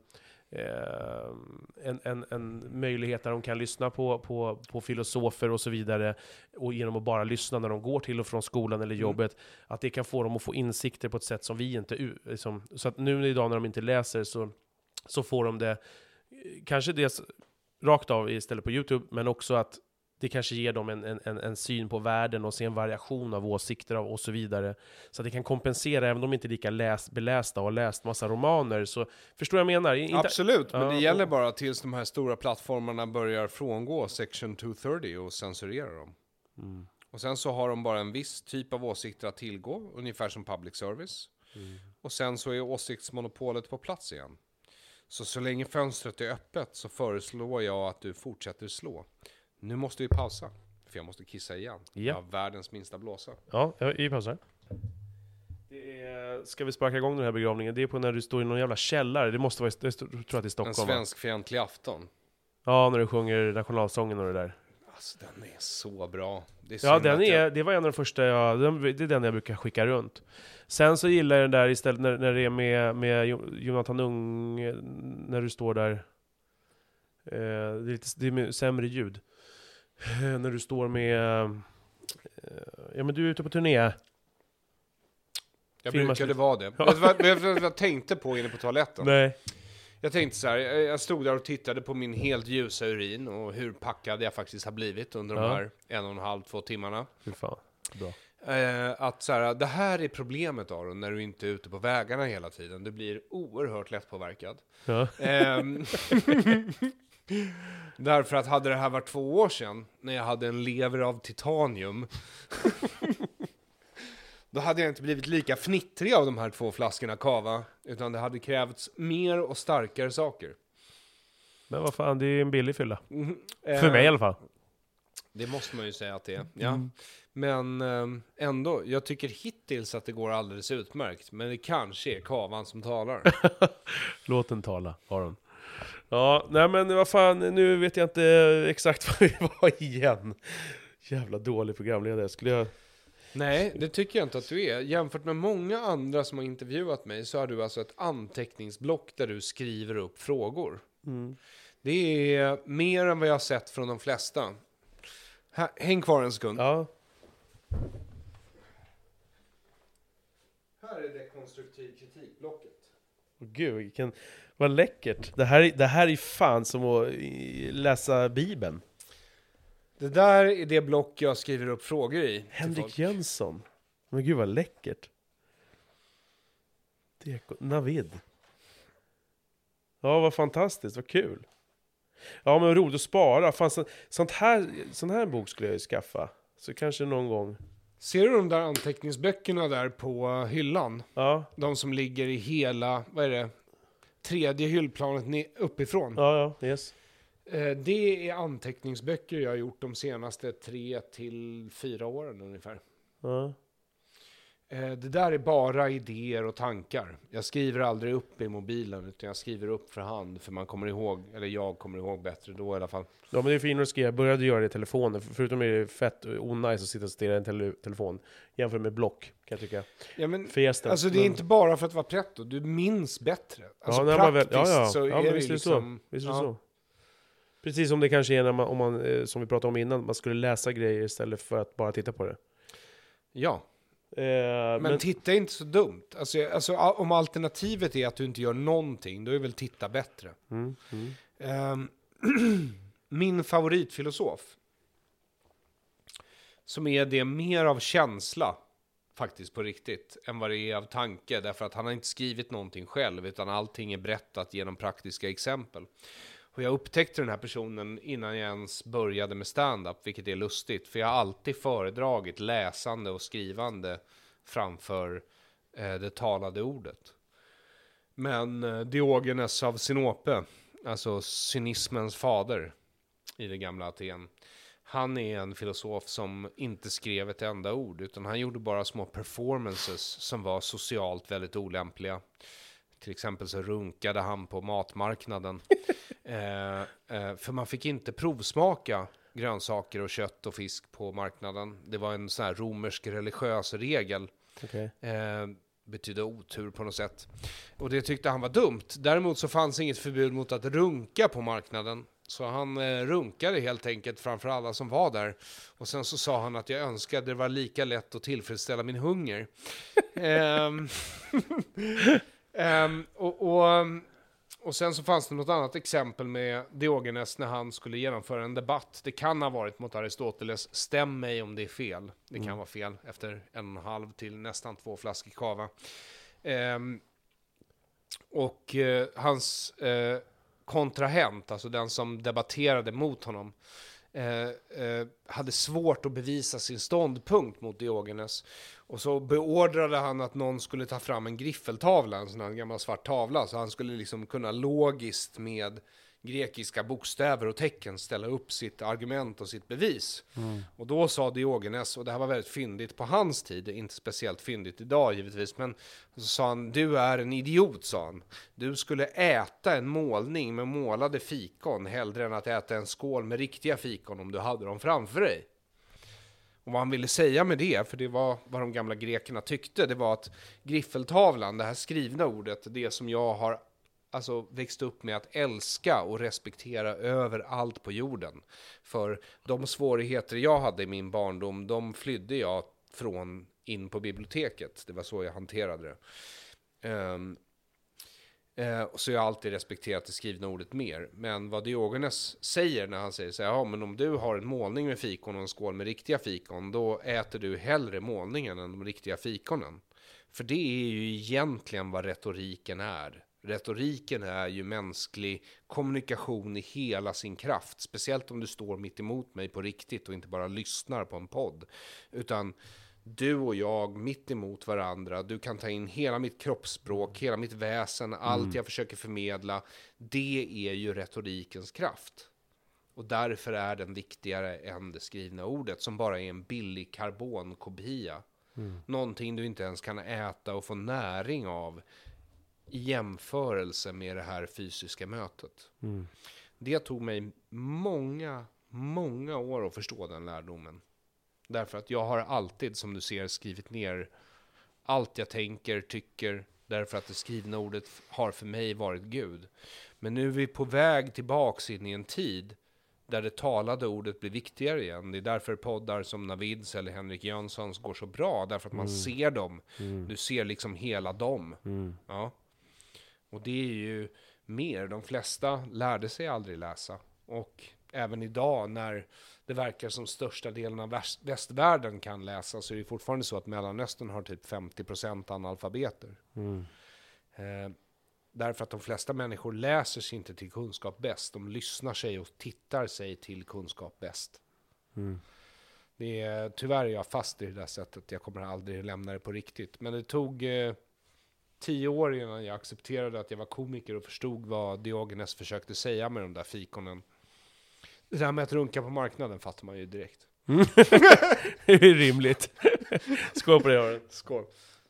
möjlighet där de kan lyssna på filosofer och så vidare, och genom att bara lyssna när de går till och från skolan eller jobbet, att det kan få dem att få insikter på ett sätt som vi inte liksom, så att nu idag när de inte läser så får de det kanske dels rakt av istället på YouTube, men också att det kanske ger dem en syn på världen och se en variation av åsikter och så vidare. Så att det kan kompensera, även om de inte är lika belästa och har läst massa romaner. Så förstår jag menar? Absolut, men det gäller bara tills de här stora plattformarna börjar frångå Section 230 och censurera dem. Och sen så har de bara en viss typ av åsikter att tillgå, ungefär som public service. Och sen så är åsiktsmonopolet på plats igen. Så länge fönstret är öppet så föreslår jag att du fortsätter slå. Nu måste vi pausa, för jag måste kissa igen. Jag har världens minsta blåsa. Ja, vi pausar. Ska vi sparka igång den här begravningen? Det är på när du står i någon jävla källare. Det måste vara, jag tror att det är Stockholm. En svenskfientlig afton. Ja, när du sjunger nationalsången och det där. Alltså den är så bra. Det var en av de första det är den jag brukar skicka runt. Sen så gillar jag den där istället när det är med Jonathan Ung, när du står där. Det är sämre ljud. När du står med men du är ute på turné. Jag brukade vara det. Jag tänkte på inne på toaletten. Nej. Jag tänkte så här, jag stod där och tittade på min helt ljusa urin och hur packad jag faktiskt har blivit under de här 1,5-2 timmarna. Hur fan, bra. Att så här, det här är problemet Aron, när du inte är ute på vägarna hela tiden. Du blir oerhört lättpåverkad. Ja. Därför att hade det här varit 2 år sedan, när jag hade en lever av titanium, Då hade jag inte blivit lika fnittrig av de här 2 flaskorna kava, utan det hade krävts mer och starkare saker. Men vad fan, det är en billig fylla. För mig i alla fall. Det måste man ju säga att det är. Ja. Men ändå, jag tycker hittills att det går alldeles utmärkt. Men det kanske är kavan som talar. Låt den tala, Aron. Ja, nej men vad fan, nu vet jag inte exakt vad vi var igen. Jävla dålig programledare, skulle jag... Nej, det tycker jag inte att du är. Jämfört med många andra som har intervjuat mig så har du alltså ett anteckningsblock där du skriver upp frågor. Det är mer än vad jag har sett från de flesta. Häng kvar en sekund. Ja. Här är det konstruktiv kritikblocket. Gud, vad läckert. Det här är fan som att läsa Bibeln. Det där är det block jag skriver upp frågor i. Henrik Jönsson. Men gud vad läckert. Navid. Ja, vad fantastiskt, vad kul. Ja, men roligt att spara. Fan, sån här bok skulle jag ju skaffa. Så kanske någon gång. Ser du de där anteckningsböckerna där på hyllan? Ja. De som ligger i hela, vad är det? 3:e hyllplanet uppifrån. Ja, yes. Det är anteckningsböcker jag har gjort de senaste 3 till 4 åren ungefär. Ja. Det där är bara idéer och tankar. Jag skriver aldrig upp i mobilen, utan jag skriver upp för hand. För man kommer ihåg, eller jag kommer ihåg bättre då i alla fall. Ja, men det är finare att skriva. Jag började göra det i telefonen. Förutom är det fett onajs att sitta och stirra i en telefon. Jämfört med block, kan jag tycka. Ja, men, Festen. alltså det är inte bara för att vara pretto. Du minns bättre. Alltså ja, praktiskt så är det liksom... Visst är det så. Precis som det kanske är när om man, som vi pratade om innan, man skulle läsa grejer istället för att bara titta på det. Ja. Men titta är inte så dumt. Alltså, om alternativet är att du inte gör någonting, då är väl titta bättre. Min favoritfilosof, som är det mer av känsla, faktiskt på riktigt, än vad det är av tanke. Därför att han har inte skrivit någonting själv, utan allting är berättat genom praktiska exempel. Och jag upptäckte den här personen innan jag ens började med stand-up, vilket är lustigt. För jag har alltid föredragit läsande och skrivande framför det talade ordet. Men Diogenes av Sinope, alltså cynismens fader i det gamla Aten, han är en filosof som inte skrev ett enda ord, utan han gjorde bara små performances som var socialt väldigt olämpliga. Till exempel så runkade han på matmarknaden. För man fick inte provsmaka grönsaker och kött och fisk på marknaden. Det var en sån här romersk religiös regel. Okay. Betyder otur på något sätt. Och det tyckte han var dumt. Däremot så fanns inget förbud mot att runka på marknaden. Så han runkade helt enkelt framför alla som var där. Och sen så sa han att jag önskade det var lika lätt att tillfredsställa min hunger. Och sen så fanns det något annat exempel med Diogenes när han skulle genomföra en debatt. Det kan ha varit mot Aristoteles. Stäm mig om det är fel. Det kan vara fel efter 1,5 till nästan 2 flaskor kava. Hans kontrahent, alltså den som debatterade mot honom, hade svårt att bevisa sin ståndpunkt mot Diogenes. Och så beordrade han att någon skulle ta fram en griffeltavla, en sån här gammal svart tavla, så han skulle liksom kunna logiskt med grekiska bokstäver och tecken ställa upp sitt argument och sitt bevis. Och då sa Diogenes, och det här var väldigt fyndigt på hans tid, inte speciellt fyndigt idag givetvis, men så sa han: du är en idiot, sa han. Du skulle äta en målning med målade fikon hellre än att äta en skål med riktiga fikon om du hade dem framför dig. Och vad han ville säga med det, för det var vad de gamla grekerna tyckte, det var att griffeltavlan, det här skrivna ordet, det som jag har växt upp med att älska och respektera över allt på jorden. För de svårigheter jag hade i min barndom, de flydde jag från in på biblioteket. Det var så jag hanterade det. Så jag har alltid respekterat det skrivna ordet mer. Men vad Diogenes säger när han säger så här: ja, men om du har en målning med fikon och en skål med riktiga fikon, då äter du hellre målningen än de riktiga fikonen. För det är ju egentligen vad retoriken är. Retoriken är ju mänsklig kommunikation i hela sin kraft. Speciellt om du står mitt emot mig på riktigt och inte bara lyssnar på en podd. Utan du och jag mitt emot varandra. Du kan ta in hela mitt kroppsspråk, hela mitt väsen, allt jag försöker förmedla. Det är ju retorikens kraft. Och därför är den viktigare än det skrivna ordet, som bara är en billig karbonkopia. Någonting du inte ens kan äta och få näring av i jämförelse med det här fysiska mötet. Det tog mig många år att förstå den lärdomen. Därför att jag har alltid, som du ser, skrivit ner allt jag tänker, tycker. Därför att det skrivna ordet har för mig varit Gud. Men nu är vi på väg tillbaks in i en tid där det talade ordet blir viktigare igen. Det är därför poddar som Navids eller Henrik Jönssons går så bra. Därför att man ser dem. Du ser liksom hela dem. Ja. Och det är ju mer. De flesta lärde sig aldrig läsa. Och även idag när det verkar som största delen av västvärlden kan läsa, så är det fortfarande så att Mellanöstern har typ 50% analfabeter. Därför att de flesta människor läser sig inte till kunskap bäst. De lyssnar sig och tittar sig till kunskap bäst. Det är, tyvärr är jag fast i det där sättet. Jag kommer aldrig lämna det på riktigt. Men det tog 10 år innan jag accepterade att jag var komiker och förstod vad Diogenes försökte säga med de där fikonen. Det där med att runka på marknaden fattar man ju direkt. Det är rimligt. Skål på det, Aron. Skål.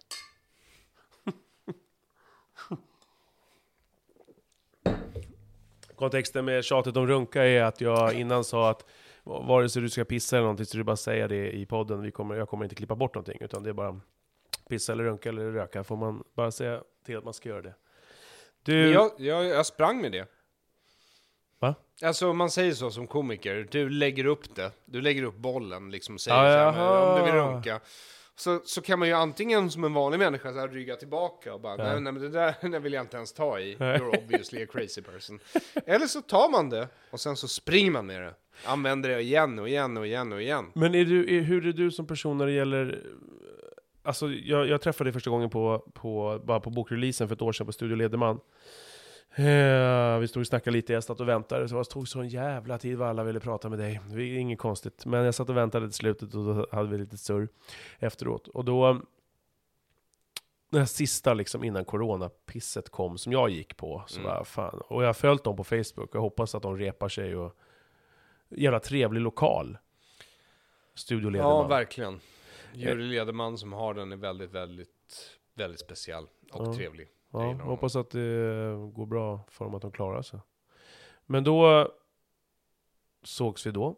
Kontexten med tjatet om runka är att jag innan sa att vare sig du ska pissa eller någonting så du bara säga det i podden. Jag kommer inte klippa bort någonting, utan det är bara pissa eller runka eller röka. Får man bara säga till att man ska göra det. Jag sprang med det. Va? Alltså man säger så som komiker, du lägger upp det. Du lägger upp bollen liksom, säger så här, om du vill runka. Så kan man ju antingen som en vanlig människa så här rygga tillbaka och bara, nej men det där vill jag inte ens ta i. You're obviously a crazy person. Eller så tar man det och sen så springer man med det. Använder det igen och igen och igen och igen. Men hur är du som person när det gäller... Alltså jag träffade dig första gången bara på bokreleasen för ett år sedan på Studio Lederman. Vi stod och snackade lite, jag satt och väntade, så det tog så en jävla tid vad alla ville prata med dig. Det är inget konstigt, men jag satt och väntade till slutet och då hade vi lite surr efteråt. Och då, den här sista liksom innan coronapisset kom som jag gick på, så var fan. Och jag har följt dem på Facebook och hoppas att de repar sig och jävla trevlig lokal. Studio Lederman. Ja, verkligen. Jury Lederman som har den är väldigt, väldigt, väldigt speciell och trevlig. Ja, jag hoppas att det går bra för dem, att de klarar sig. Men då sågs vi då.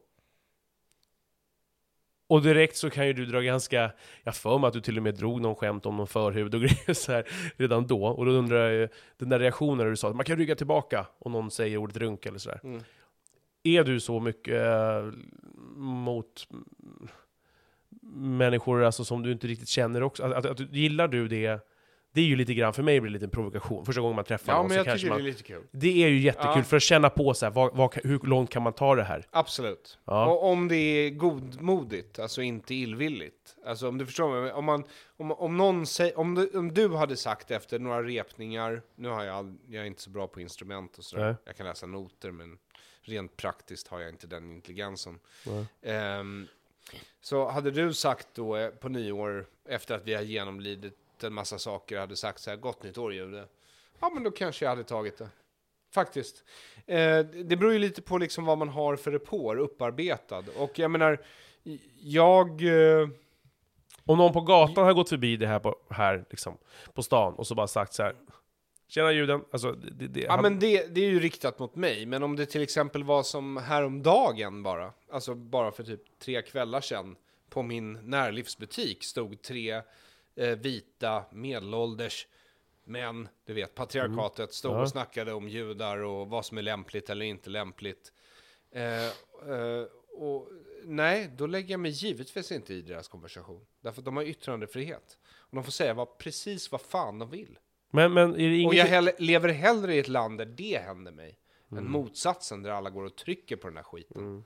Och direkt så kan ju du dra ganska... Jag för mig att du till och med drog någon skämt om någon förhud och grejer så här redan då. Och då undrar jag, den där reaktionen när du sa att man kan rygga tillbaka och någon säger ordet runk eller sådär. Är du så mycket mot människor alltså, som du inte riktigt känner också? Att gillar du det? Det är ju lite grann, för mig blir det lite en provokation. Första gången man träffar någon, men så jag kanske tycker det är lite kul. Det är ju jättekul för att känna på så här, hur långt kan man ta det här? Absolut. Ja. Och om det är godmodigt, alltså inte illvilligt. Alltså om du förstår mig, om någon säger, om du hade sagt efter några repningar, nu har jag är inte så bra på instrument och sådär. Jag kan läsa noter, men rent praktiskt har jag inte den intelligensen. Så hade du sagt då på nyår, efter att vi har genomlidit en massa saker, hade sagt så här, gott nytt år, Jude. Ja, men då kanske jag hade tagit det. Faktiskt. Det beror ju lite på liksom vad man har för rapport upparbetad. Och jag menar, om någon på gatan har gått förbi det här liksom, på stan och så bara sagt så här, tjena Juden, alltså men det är ju riktat mot mig. Men om det till exempel var som häromdagen bara, alltså bara för typ 3 kvällar sedan, på min närlivsbutik stod 3 vita medelålders män, du vet, patriarkatet stod och snackade om judar och vad som är lämpligt eller inte lämpligt. Och nej, då lägger jag mig givetvis inte i deras konversation. Därför att de har yttrandefrihet. Och de får säga precis vad fan de vill. Men är det inget... Och jag lever hellre i ett land där det händer mig än motsatsen, där alla går och trycker på den här skiten.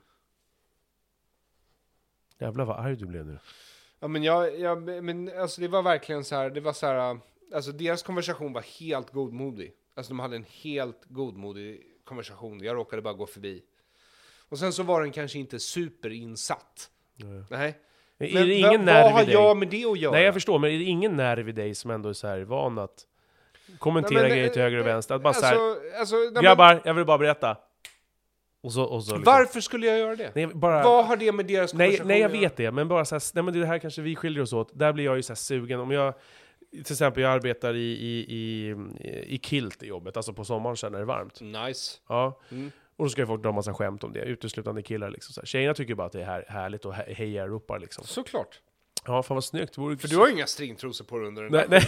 Jävlar vad arg du blev nu. Ja, men alltså det var verkligen så här, det var så här, alltså deras konversation var helt godmodig. Alltså de hade en helt godmodig konversation. Jag råkade bara gå förbi. Och sen så var den kanske inte superinsatt. Nej. Men vad har jag med det att göra? Nej, jag förstår, men är det ingen nerv i dig som ändå är så här van att kommentera grejer till höger och vänster? Att bara grabbar, jag vill bara berätta. Och så liksom. Varför skulle jag göra det? Nej, bara, vad har det med deras konversation? Nej, jag vet det, men bara så här, nej, men det här kanske vi skiljer oss åt. Där blir jag ju så här sugen. Om jag, till exempel, jag arbetar i kilt i jobbet, alltså på sommaren sen när det är varmt. Nice. Ja. Och då ska ju folk dra en massa skämt om det, uteslutande killar liksom. Så här. Tjejerna tycker bara att det är härligt och hejar ropar liksom. Såklart. Ja, fan vad snyggt. För du har ju inga stringtrosor på under den. Nej.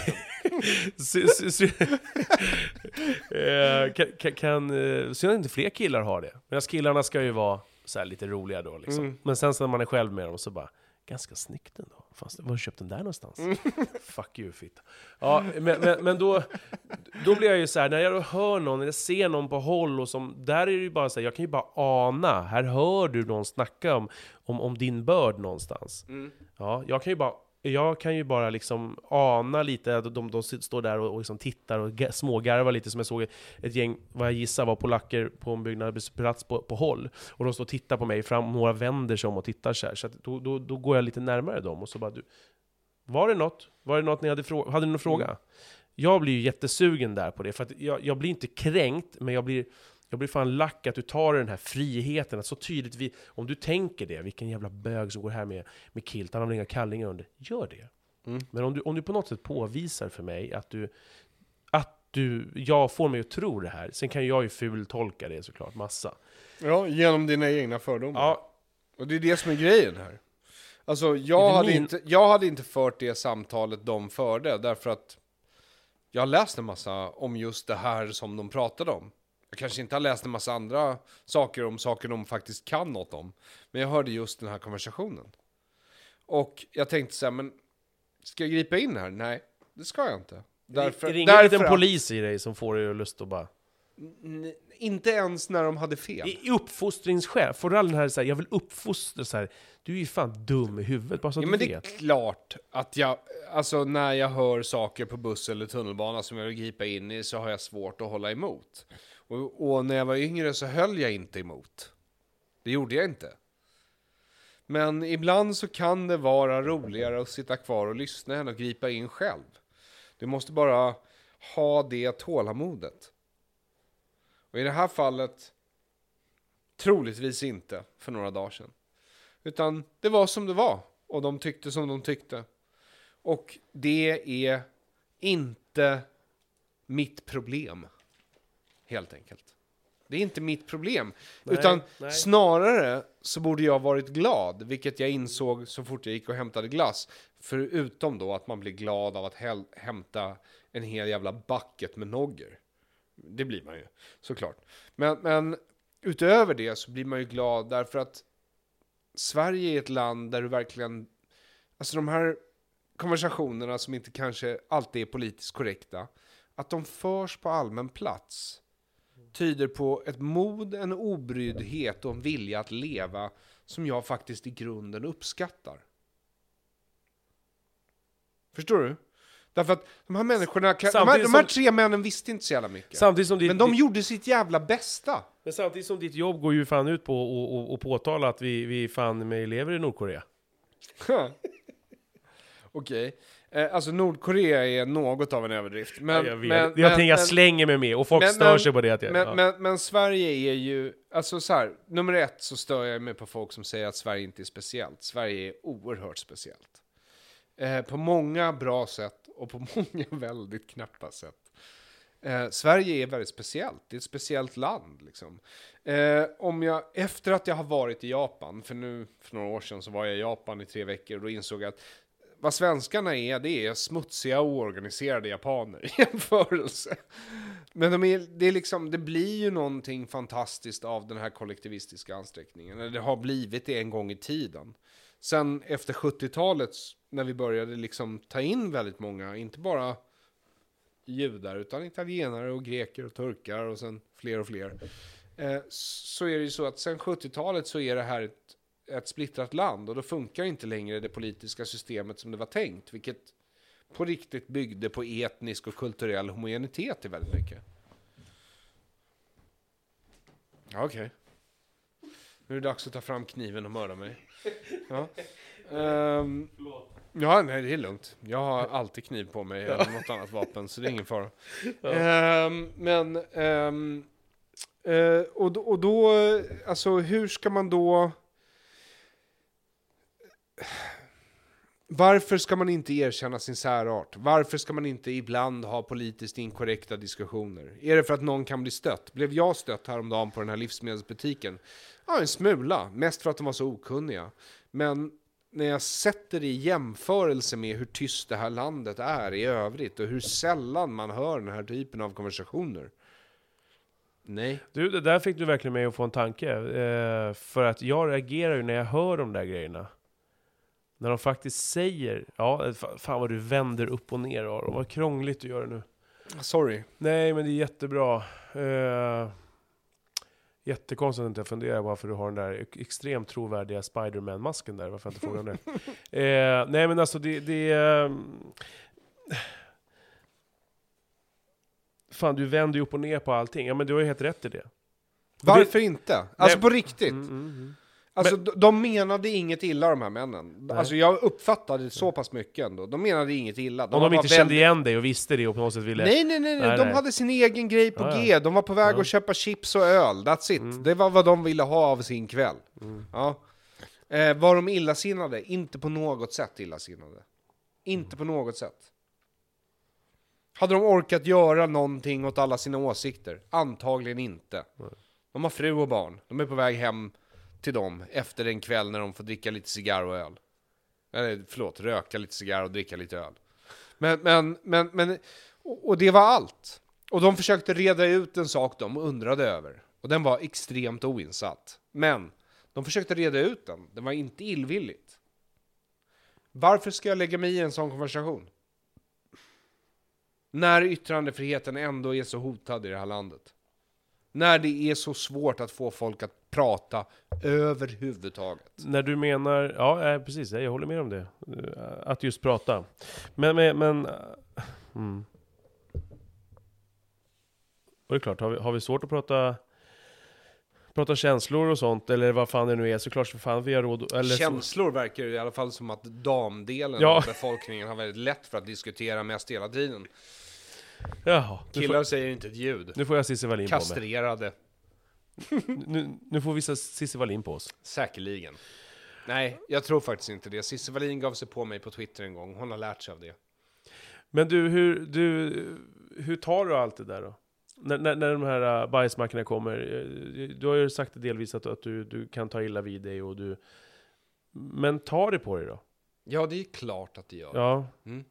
Synd att inte fler killar har det. Men killarna ska ju vara så här lite roliga då liksom. Men sen när man är själv med dem så bara, ganska snyggt ändå. Fast var har du köpt den där någonstans? Fuck you, fitta. Ja, men då blir jag ju så här, när jag hör någon eller ser någon på håll och som, där är det ju bara så här, jag kan ju bara ana, här hör du någon snacka om din börd någonstans. Ja, jag kan ju bara liksom ana lite, de står där och liksom tittar och smågarvar lite, som jag såg ett gäng, vad jag gissar var polacker på en byggnadsplats på håll, och de står och tittar på mig fram, några vänder sig om och tittar så här, så att då går jag lite närmare dem och så bara, var det något ni hade någon fråga? Jag blir ju jättesugen där på det, för att jag blir inte kränkt, men jag blir fan lack att du tar den här friheten, att så tydligt om du tänker det, vilken jävla bög som går här med kilt, han har inga kallingar under, gör det. Men om du på något sätt påvisar för mig att jag får mig att tro det här, sen kan jag ju fultolka det såklart, massa. Ja, genom dina egna fördomar. Ja. Och det är det som är grejen här. Alltså, jag hade inte fört det samtalet de förde, därför att jag har läst en massa om just det här som de pratade om. Jag kanske inte har läst en massa andra saker om saker de faktiskt kan något om. Men jag hörde just den här konversationen. Och jag tänkte så här, men ska jag gripa in här? Nej, det ska jag inte. Är det ingen liten polis i dig som får dig att lust att bara... Inte ens när de hade fel. I uppfostringschef, får du all den här så här, jag vill uppfostra så här, du är ju fan dum i huvudet, bara så att men du det vet. är klart att alltså när jag hör saker på buss eller tunnelbana som jag vill gripa in i, så har jag svårt att hålla emot. Och när jag var yngre så höll jag inte emot. Det gjorde jag inte. Men ibland så kan det vara roligare att sitta kvar och lyssna än att gripa in själv. Du måste bara ha det tålamodet. Och i det här fallet troligtvis inte för några dagar sedan. Utan det var som det var. Och de tyckte som de tyckte. Och det är inte mitt problem. Helt enkelt. Det är inte mitt problem. Nej. Snarare så borde jag varit glad. Vilket jag insåg så fort jag gick och hämtade glass. Förutom då att man blir glad av att hämta en hel jävla bucket med nogger. Det blir man ju, såklart. Men utöver det så blir man ju glad därför att Sverige är ett land där du verkligen... Alltså de här konversationerna som inte kanske alltid är politiskt korrekta, att de förs på allmän plats tyder på ett mod, en obryddhet och en vilja att leva som jag faktiskt i grunden uppskattar. Förstår du? Därför att de här människorna, de här tre männen visste inte så jävla mycket. Men de gjorde sitt jävla bästa. Men samtidigt som ditt jobb går ju fan ut på att påtala att vi fan med elever i Nordkorea. Okej. Alltså Nordkorea är något av en överdrift. Jag slänger mig med och folk stör sig på det. Men Sverige är ju, alltså så här, nummer ett så stör jag mig på folk som säger att Sverige inte är speciellt. Sverige är oerhört speciellt. På många bra sätt och på många väldigt knappa sätt. Sverige är väldigt speciellt. Det är ett speciellt land liksom. Efter att jag har varit i Japan, för några år sedan så var jag i Japan i 3 veckor och då insåg jag att vad svenskarna är, det är smutsiga och oorganiserade japaner i jämförelse. Men det blir ju någonting fantastiskt av den här kollektivistiska ansträckningen. Det har blivit det en gång i tiden. Sen efter 70-talet, när vi började liksom ta in väldigt många, inte bara judar utan italienare och greker och turkar och sen fler och fler. Så är det ju så att sen 70-talet så är det här ett splittrat land och då funkar inte längre det politiska systemet som det var tänkt, vilket på riktigt byggde på etnisk och kulturell homogenitet i väldigt mycket. Okej. Nu är det dags att ta fram kniven och mörda mig. Ja. Ja, nej, det är lugnt. Jag har alltid kniv på mig eller något annat vapen, så det är ingen fara. Och då, alltså hur ska man då... Varför ska man inte erkänna sin särart? Varför ska man inte ibland ha politiskt inkorrekta diskussioner? Är det för att någon kan bli stött? Blev jag stött häromdagen på den här livsmedelsbutiken? Ja, en smula. Mest för att de var så okunniga. Men när jag sätter det i jämförelse med hur tyst det här landet är i övrigt och hur sällan man hör den här typen av konversationer. Nej. Du, det där fick du verkligen mig att få en tanke. För att jag reagerar ju när jag hör de där grejerna. När de faktiskt säger, ja, fan vad du vänder upp och ner och vad krångligt du gör det nu. Sorry. Nej, men det är jättebra. Jättekonstigt att inte jag funderar varför du har den där extremt trovärdiga Spider-Man-masken där. Varför jag inte frågar om det. Nej, men alltså fan, du vänder ju upp och ner på allting. Ja, men du har ju helt rätt i det. Varför inte? Alltså på riktigt. Alltså men, de menade inget illa, de här männen. Nej. Alltså jag uppfattade det så pass mycket ändå. De menade inget illa. Om de inte kände igen dig och visste det och på något sätt ville... Nej. De hade sin egen grej på G. De var på väg att köpa chips och öl. That's it. Det var vad de ville ha av sin kväll. Ja. Var de illasinnade? Inte på något sätt illasinnade. Inte på något sätt. Hade de orkat göra någonting åt alla sina åsikter? Antagligen inte. De har fru och barn. De är på väg hem till dem efter en kväll när de får dricka lite cigarr och öl. Eller förlåt, röka lite cigarr och dricka lite öl. Men och det var allt. Och de försökte reda ut en sak de undrade över. Och den var extremt oinsatt. Men de försökte reda ut den. Den var inte illvilligt. Varför ska jag lägga mig i en sån konversation? När yttrandefriheten ändå är så hotad i det här landet. När det är så svårt att få folk att prata överhuvudtaget. När du menar, ja precis, jag håller med om det. Att just prata. Men och det är klart, har vi svårt att prata känslor och sånt, eller vad fan det nu är, så klart för fan vi har råd. Eller känslor så. Verkar i alla fall som att damdelen av befolkningen har väldigt lätt för att diskutera mest hela tiden. Jaha, killar säger inte ett ljud. Nu får jag Cissi Wallin kastrerade. På mig. nu får vi Cissi Wallin på oss. Säkerligen. Nej, jag tror faktiskt inte det. Cissi Wallin gav sig på mig på Twitter en gång. Hon har lärt sig av det. Men du, hur tar du allt det där då? När de här bajsmackorna kommer, du har ju sagt det delvis att du kan ta illa vid dig och men ta det på dig då? Ja, det är klart att det gör. Ja.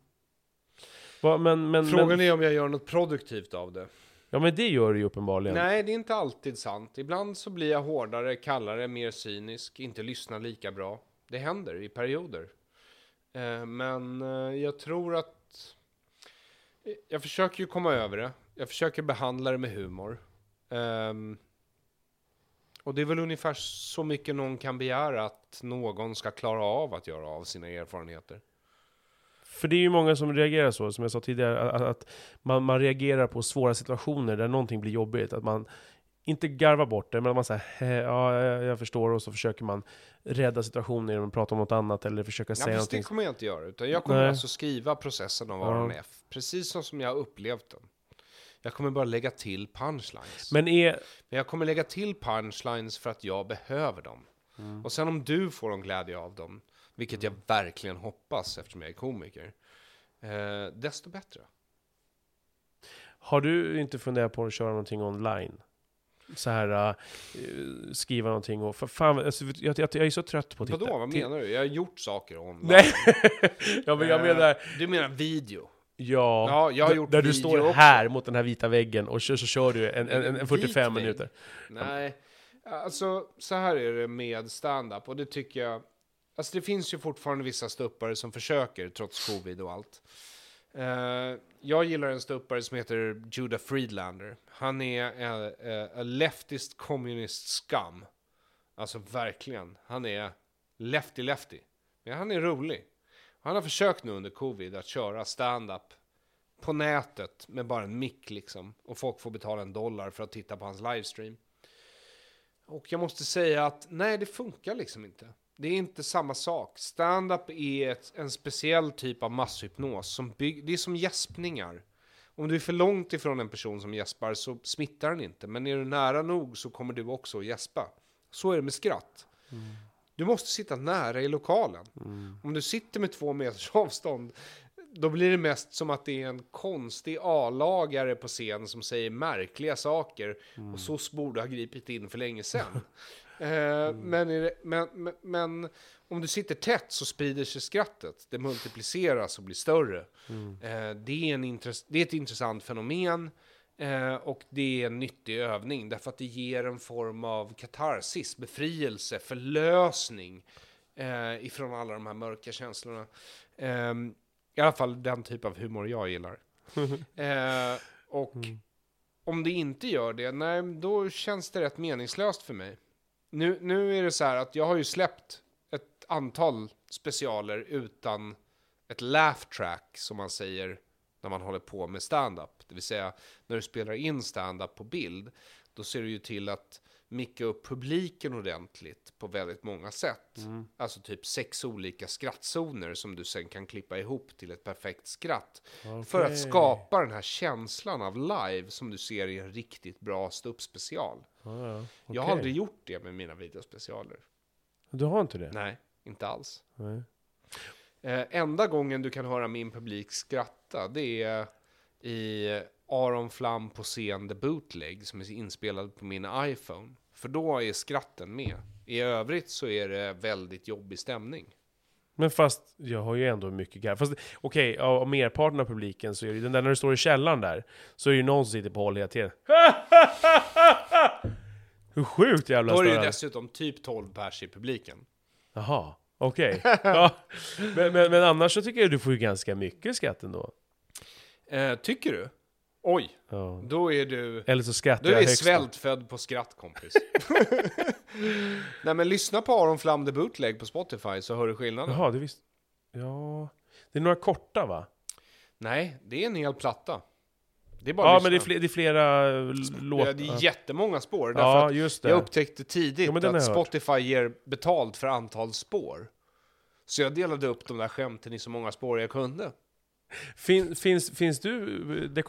Frågan är om jag gör något produktivt av det. Ja, men det gör du ju uppenbarligen. Nej, det är inte alltid sant. Ibland så blir jag hårdare, kallare, mer cynisk, inte lyssnar lika bra. Det händer i perioder. Men jag tror att jag försöker ju komma över det. Jag försöker behandla det med humor. Och det är väl ungefär så mycket någon kan begära att någon ska klara av att göra av sina erfarenheter. För det är ju många som reagerar så, som jag sa tidigare, att man reagerar på svåra situationer där någonting blir jobbigt. Att man inte garvar bort det, men man säger ja, jag förstår, och så försöker man rädda situationen genom att prata om något annat eller försöka säga någonting. Det kommer jag inte göra, utan jag kommer alltså skriva processen av Aron F. Precis som jag har upplevt den. Jag kommer bara lägga till punchlines. Men jag kommer lägga till punchlines för att jag behöver dem. Och sen om du får en glädje av dem, vilket jag verkligen hoppas eftersom jag är komiker, desto bättre. Har du inte funderat på att köra någonting online? Så här, skriva någonting och för fan, alltså, jag är så trött på att titta. Vadå, vad menar du? Jag har gjort saker online. Nej, ja, men jag menar... Du menar video? Ja, jag har gjort där video du står också. här mot den här vita väggen och så kör du en 45 minuter. Nej, alltså så här är det med stand-up, och det tycker jag... Alltså det finns ju fortfarande vissa stuppare som försöker, trots covid och allt. Jag gillar en stuppare som heter Judah Friedlander. Han är a leftist communist scum. Alltså verkligen. Han är lefty. Men han är rolig. Han har försökt nu under covid att köra stand-up på nätet med bara en mick liksom. Och folk får betala $1 för att titta på hans livestream. Och jag måste säga att nej, det funkar liksom inte. Det är inte samma sak. Stand-up är en speciell typ av masshypnos. Det är som gäspningar. Om du är för långt ifrån en person som gäspar så smittar den inte. Men är du nära nog så kommer du också att gäspa. Så är det med skratt. Du måste sitta nära i lokalen. Om du sitter med 2 meters avstånd, då blir det mest som att det är en konstig A-lagare på scen som säger märkliga saker. Och så borde ha gripit in för länge sedan. Men om du sitter tätt så sprider sig skrattet. Det multipliceras och blir större. Det är ett intressant fenomen. Och det är en nyttig övning. Därför att det ger en form av katarsis, befrielse, förlösning. Ifrån alla de här mörka känslorna. I alla fall den typ av humor jag gillar. Och om det inte gör det, nej, då känns det rätt meningslöst för mig. Nu är det så här att jag har ju släppt ett antal specialer utan ett laugh track, som man säger när man håller på med stand-up. Det vill säga, när du spelar in stand-up på bild, då ser du ju till att micka upp publiken ordentligt på väldigt många sätt. Alltså typ 6 olika skrattzoner som du sen kan klippa ihop till ett perfekt skratt. Okay. För att skapa den här känslan av live som du ser i en riktigt bra ståuppspecial. Okay. Jag har aldrig gjort det med mina videospecialer. Du har inte det? Nej, inte alls. Nej. Enda gången du kan höra min publik skratta, det är i Aron Flam på scen The Bootleg, som är inspelad på min iPhone. För då är skratten med. I övrigt så är det väldigt jobbig stämning. Men fast jag har ju ändå mycket garv. Fast okej, av merparten av publiken så är det den där, när du står i källaren där, så är det ju någon som sitter på håll hela tiden. Hur sjukt jävla större. Då är det större. dessutom typ 12 pers i publiken. Jaha, okej. Ja. Men annars så tycker jag att du får ju ganska mycket skratt ändå. Tycker du? Oj, då är du... Eller så skrattar du jag är högst. svältfödd på skratt, kompis. Nej, men lyssna på Aron Flam The Bootleg på Spotify så hör du skillnaden. Jaha, det visst. Ja, det är några korta, va? Nej, det är en hel platta. Det är bara men det är flera låtar. Det är jättemånga spår. Ja, just det. Jag upptäckte tidigt att Spotify ger betalt för antal spår. Så jag delade upp de där skämten i så många spår jag kunde. Finns du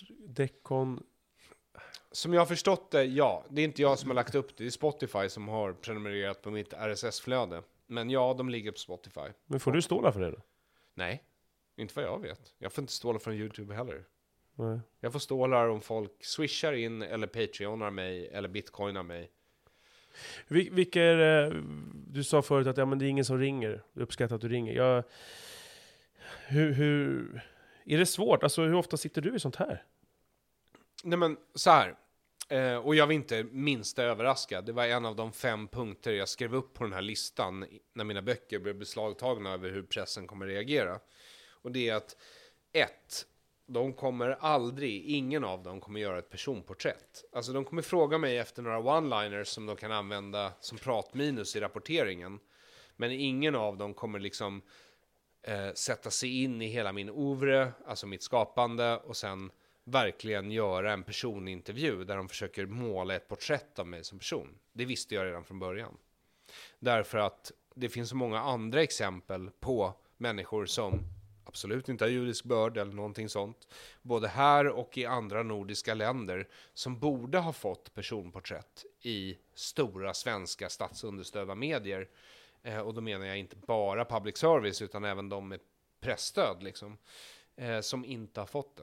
Som jag har förstått det, ja. Det är inte jag som har lagt upp det. Det är Spotify som har prenumererat på mitt RSS-flöde. Men ja, de ligger på Spotify. Men får du ståla för det då? Nej, inte vad jag vet. Jag får inte ståla från YouTube heller. Nej. Jag får stålar om folk swishar in eller patreonar mig eller bitcoinar mig. Vilka är det, du sa förut att men det är ingen som ringer. Du uppskattar att du ringer. Hur är det svårt? Alltså hur ofta sitter du i sånt här? Nej, men så här. Och jag var inte minst överraskad. Det var en av de 5 punkter jag skrev upp på den här listan när mina böcker blev beslagtagna över hur pressen kommer reagera. Och det är att 1. De kommer aldrig, ingen av dem kommer göra ett personporträtt. Alltså de kommer fråga mig efter några one-liners som de kan använda som pratminus i rapporteringen. Men ingen av dem kommer liksom sätta sig in i hela min oeuvre, alltså mitt skapande, och sen verkligen göra en personintervju där de försöker måla ett porträtt av mig som person. Det visste jag redan från början. Därför att det finns så många andra exempel på människor som absolut inte har judisk börd eller någonting sånt, både här och i andra nordiska länder, som borde ha fått personporträtt i stora svenska statsunderstödda medier. Och då menar jag inte bara public service utan även de med pressstöd liksom, som inte har fått det.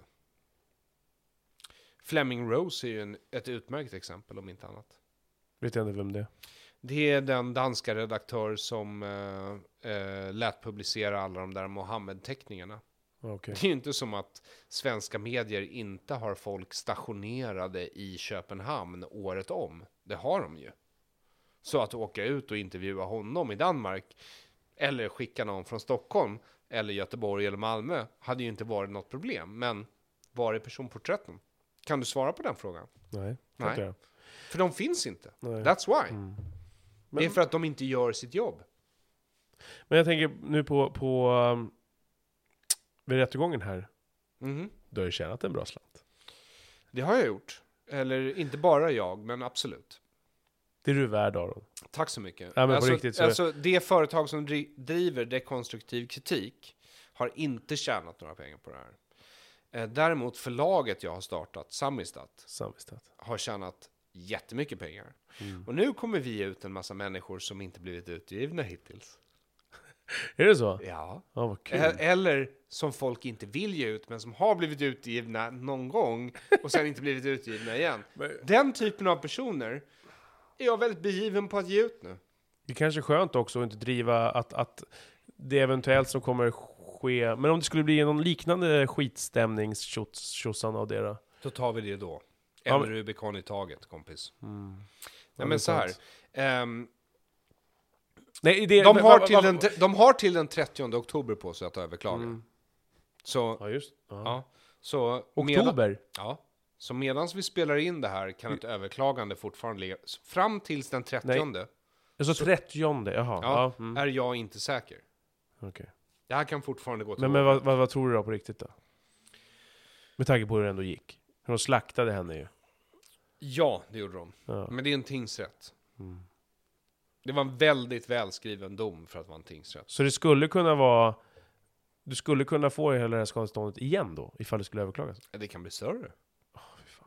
Fleming Rose är ju ett utmärkt exempel om inte annat. Vet jag inte vem det är. Det är den danska redaktör som lät publicera alla de där Mohammed-teckningarna. Okay. Det är ju inte som att svenska medier inte har folk stationerade i Köpenhamn året om. Det har de ju. Så att åka ut och intervjua honom i Danmark eller skicka någon från Stockholm eller Göteborg eller Malmö hade ju inte varit något problem. Men var är personporträtten? Kan du svara på den frågan? Nej. För de finns inte. Nej. That's why. Det är för att de inte gör sitt jobb. Men jag tänker nu på vid rättegången här. Du har ju tjänat en bra slant. Det har jag gjort. Eller inte bara jag, men absolut. Det är du värd, Aron. Tack så mycket. Ja, men på riktigt, så det företag som driver dekonstruktiv kritik har inte tjänat några pengar på det här. Däremot förlaget jag har startat, Samistat, har tjänat jättemycket pengar. Och nu kommer vi ut en massa människor som inte blivit utgivna hittills. Är det så? Ja. Vad kul. Eller som folk inte vill ge ut, men som har blivit utgivna någon gång och sen inte blivit utgivna igen. Den typen av personer är jag väldigt begiven på att ge ut nu. Det kanske är skönt också att inte driva att det eventuellt som kommer ske, men om det skulle bli någon liknande skitstämningstjossan av det då tar vi det då. Rubicon i taget, kompis. Nej, men så här. De har till den 30 oktober på sig att överklaga. Så, ja, just. Så oktober? Så medan vi spelar in det här kan ett överklagande fortfarande ligga fram tills den 30. Så 30, jaha. Är jag inte säker. Okay. Det här kan fortfarande gå till. Men vad tror du då på riktigt då? Med tanke på hur det ändå gick. Hur de slaktade henne ju. Ja, det gjorde de. Ja. Men det är en tingsrätt. Det var en väldigt välskriven dom för att vara en tingsrätt. Så det skulle kunna vara... Du skulle kunna få hela det här skadeståndet igen då, ifall det skulle överklagas? Det kan bli större. Fy fan.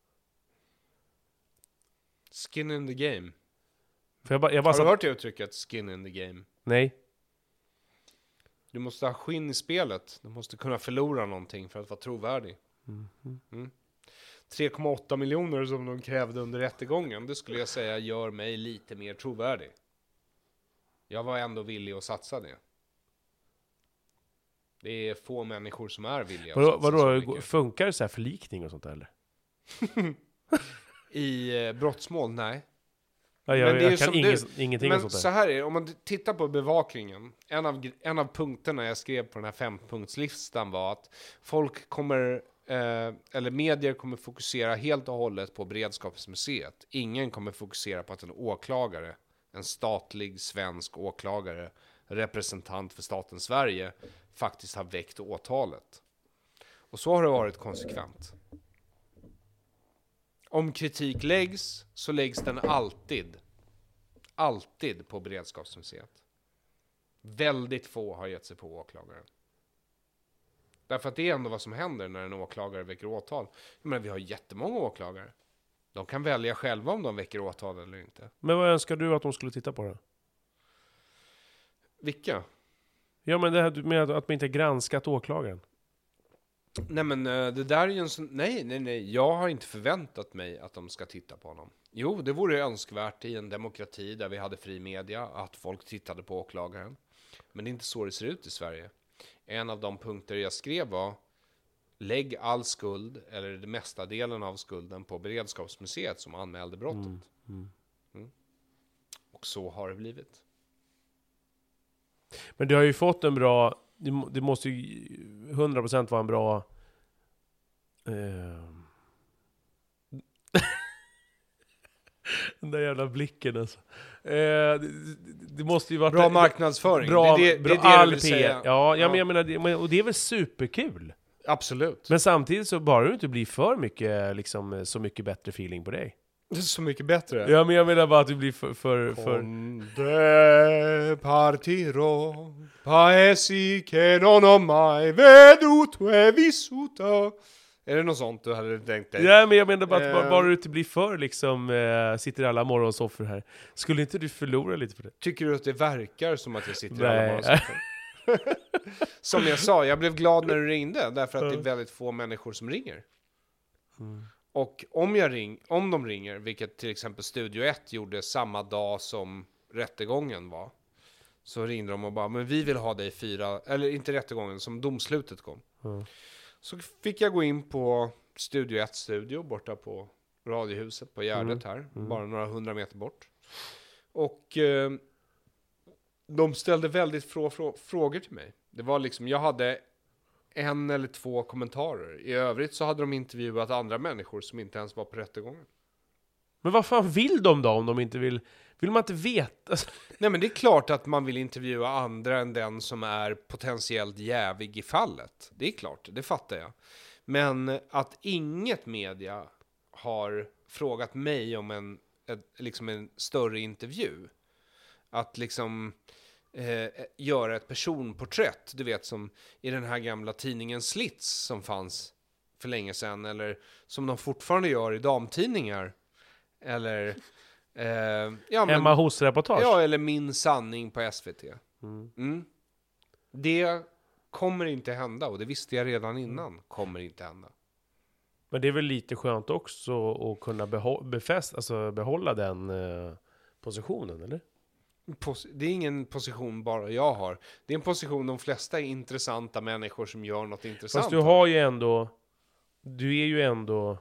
Skin in the game. Har du hört det uttrycket, skin in the game? Nej. Du måste ha skinn i spelet. Du måste kunna förlora någonting för att vara trovärdig. 3,8 miljoner som de krävde under rättegången, det skulle jag säga gör mig lite mer trovärdig. Jag var ändå villig att satsa det. Det är få människor som är villiga att satsa så mycket. Funkar det så här förlikning och sånt där, eller? I brottsmål, nej. Ja, jag kan ingenting men sånt där. Så här är det, om man tittar på bevakningen. En av punkterna jag skrev på den här 5-punktslistan var att folk kommer... eller medier kommer fokusera helt och hållet på Beredskapsmuseet. Ingen kommer fokusera på att en åklagare, en statlig svensk åklagare, representant för staten Sverige, faktiskt har väckt åtalet. Och så har det varit konsekvent. Om kritik läggs, så läggs den alltid på Beredskapsmuseet. Väldigt få har gett sig på åklagaren. Därför att det är ändå vad som händer när en åklagare väcker åtal. Men vi har jättemånga åklagare. De kan välja själva om de väcker åtal eller inte. Men vad önskar du att de skulle titta på det? Vilka? Ja, men det här med att man inte har granskat åklagaren. Nej, men det där är ju en sån... Nej. Jag har inte förväntat mig att de ska titta på honom. Jo, det vore önskvärt i en demokrati där vi hade fri media att folk tittade på åklagaren. Men det är inte så det ser ut i Sverige. En av de punkter jag skrev var: lägg all skuld, eller det mesta delen av skulden, på Beredskapsmuseet som anmälde brottet. Och så har det blivit. Men du har ju fått en bra... Det måste ju 100% vara en bra... Den där jävla blicken alltså. Det måste ju vara... Bra marknadsföring. Bra, det är det all du vill PR. säga. Ja, men jag menar, och det är väl superkul? Absolut. Men samtidigt så bara du inte blir för mycket, liksom, så mycket bättre feeling på dig. Det är så mycket bättre. Ja, men jag menar bara att du blir för... Onde partiro paesi che non ho mai veduto e vissuto. Är det något sånt du hade tänkt dig? Ja, men jag menar bara att bara du inte blir för liksom, sitter i alla morgonsoffer här. Skulle inte du förlora lite på det? Tycker du att det verkar som att jag sitter i alla morgonsoffer? Som jag sa, jag blev glad när du ringde. Därför att det är väldigt få människor som ringer. Och om de ringer, vilket till exempel Studio 1 gjorde samma dag som rättegången var, så ringde de och bara, men vi vill ha dig 4, eller inte rättegången, som domslutet kom. Så fick jag gå in på Studio 1 studio borta på Radiohuset på Gärdet här, bara några 100 meter bort. Och de ställde väldigt frågor till mig. Det var liksom, jag hade 1 eller 2 kommentarer. I övrigt så hade de intervjuat andra människor som inte ens var på rättegången. Men vad fan vill de då om de inte vill? Vill man inte veta? Nej, men det är klart att man vill intervjua andra än den som är potentiellt jävig i fallet. Det är klart, det fattar jag. Men att inget media har frågat mig om en liksom en större intervju. Att liksom göra ett personporträtt, du vet, som i den här gamla tidningen Slits som fanns för länge sedan, eller som de fortfarande gör i damtidningar, eller Hemma hos-reportage. Ja, eller Min sanning på SVT. Det kommer inte hända, och det visste jag redan innan, kommer inte hända. Men det är väl lite skönt också att kunna behålla den positionen, eller? Det är ingen position bara jag har. Det är en position de flesta är intressanta människor som gör något intressant. Fast du är ju ändå,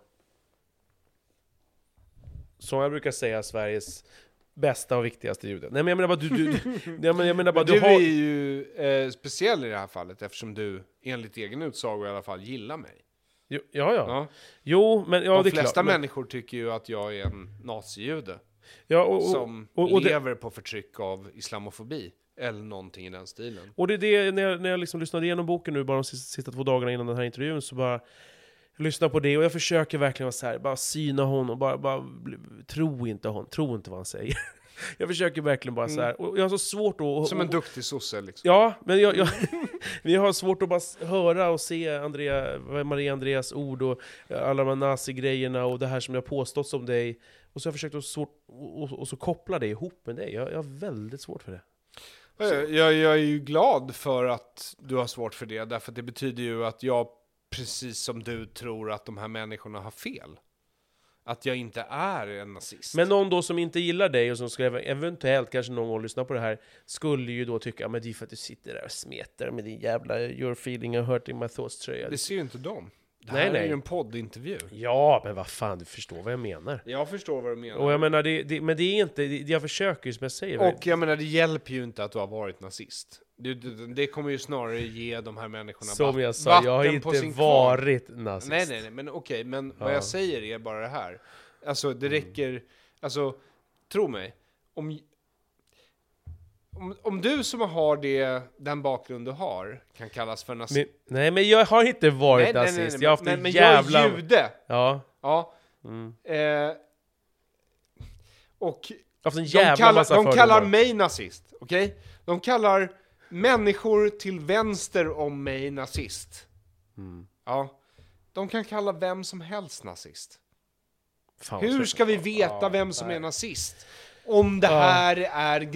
som jag brukar säga, Sveriges bästa och viktigaste jude. Nej, men jag menar bara du är ju speciell i det här fallet, eftersom du enligt egen utsago i alla fall gillar mig. Ja. Jo, men ja, de flesta människor tycker ju att jag är en nazijude. Ja, som lever på förtryck av islamofobi. Eller någonting i den stilen. Och det är det, när jag liksom lyssnade igenom boken nu, bara de sista 2 dagarna innan den här intervjun, så bara lyssna på det, och jag försöker verkligen vara så här, bara syna honom, bara tro inte vad han säger. Jag försöker verkligen bara så här, och jag har så svårt att... Som en duktig sosse liksom. Ja, men vi har svårt att bara höra och se Maria Andreas ord och alla de här nazi-grejerna och det här som jag påstått om dig. Och så har jag försökt att så koppla det ihop med dig. Jag har väldigt svårt för det. Jag är ju glad för att du har svårt för det, därför att det betyder ju att jag, precis som du, tror att de här människorna har fel. Att jag inte är en nazist. Men någon då som inte gillar dig och som ska eventuellt kanske någon gång lyssna på det här, skulle ju då tycka, men det är för att du sitter där och smetar med din jävla "You're feeling a hurting my thoughts"-tröja. Det ser ju inte de. Det här är ju en poddintervju. Ja, men vad fan, du förstår vad jag menar. Jag förstår vad du menar. Och jag menar, men det är inte, jag försöker ju som jag säger. Och jag menar, det hjälper ju inte att du har varit nazist. Det kommer ju snarare ge de här människorna som jag sa, jag har inte varit nazist. Nej, men okej, men vad jag säger är bara det här. Alltså, det räcker, alltså, tro mig, om du som har den bakgrund du har kan kallas för nazist. Nej, men jag har inte varit nazist. Nej, jag har haft men jävla... jag är jude. Ja. Och de kallar mig nazist, okej? De kallar människor till vänster om mig nazist. Ja. De kan kalla vem som helst nazist. Fan, hur ska vi veta vem som är nazist? Om det här är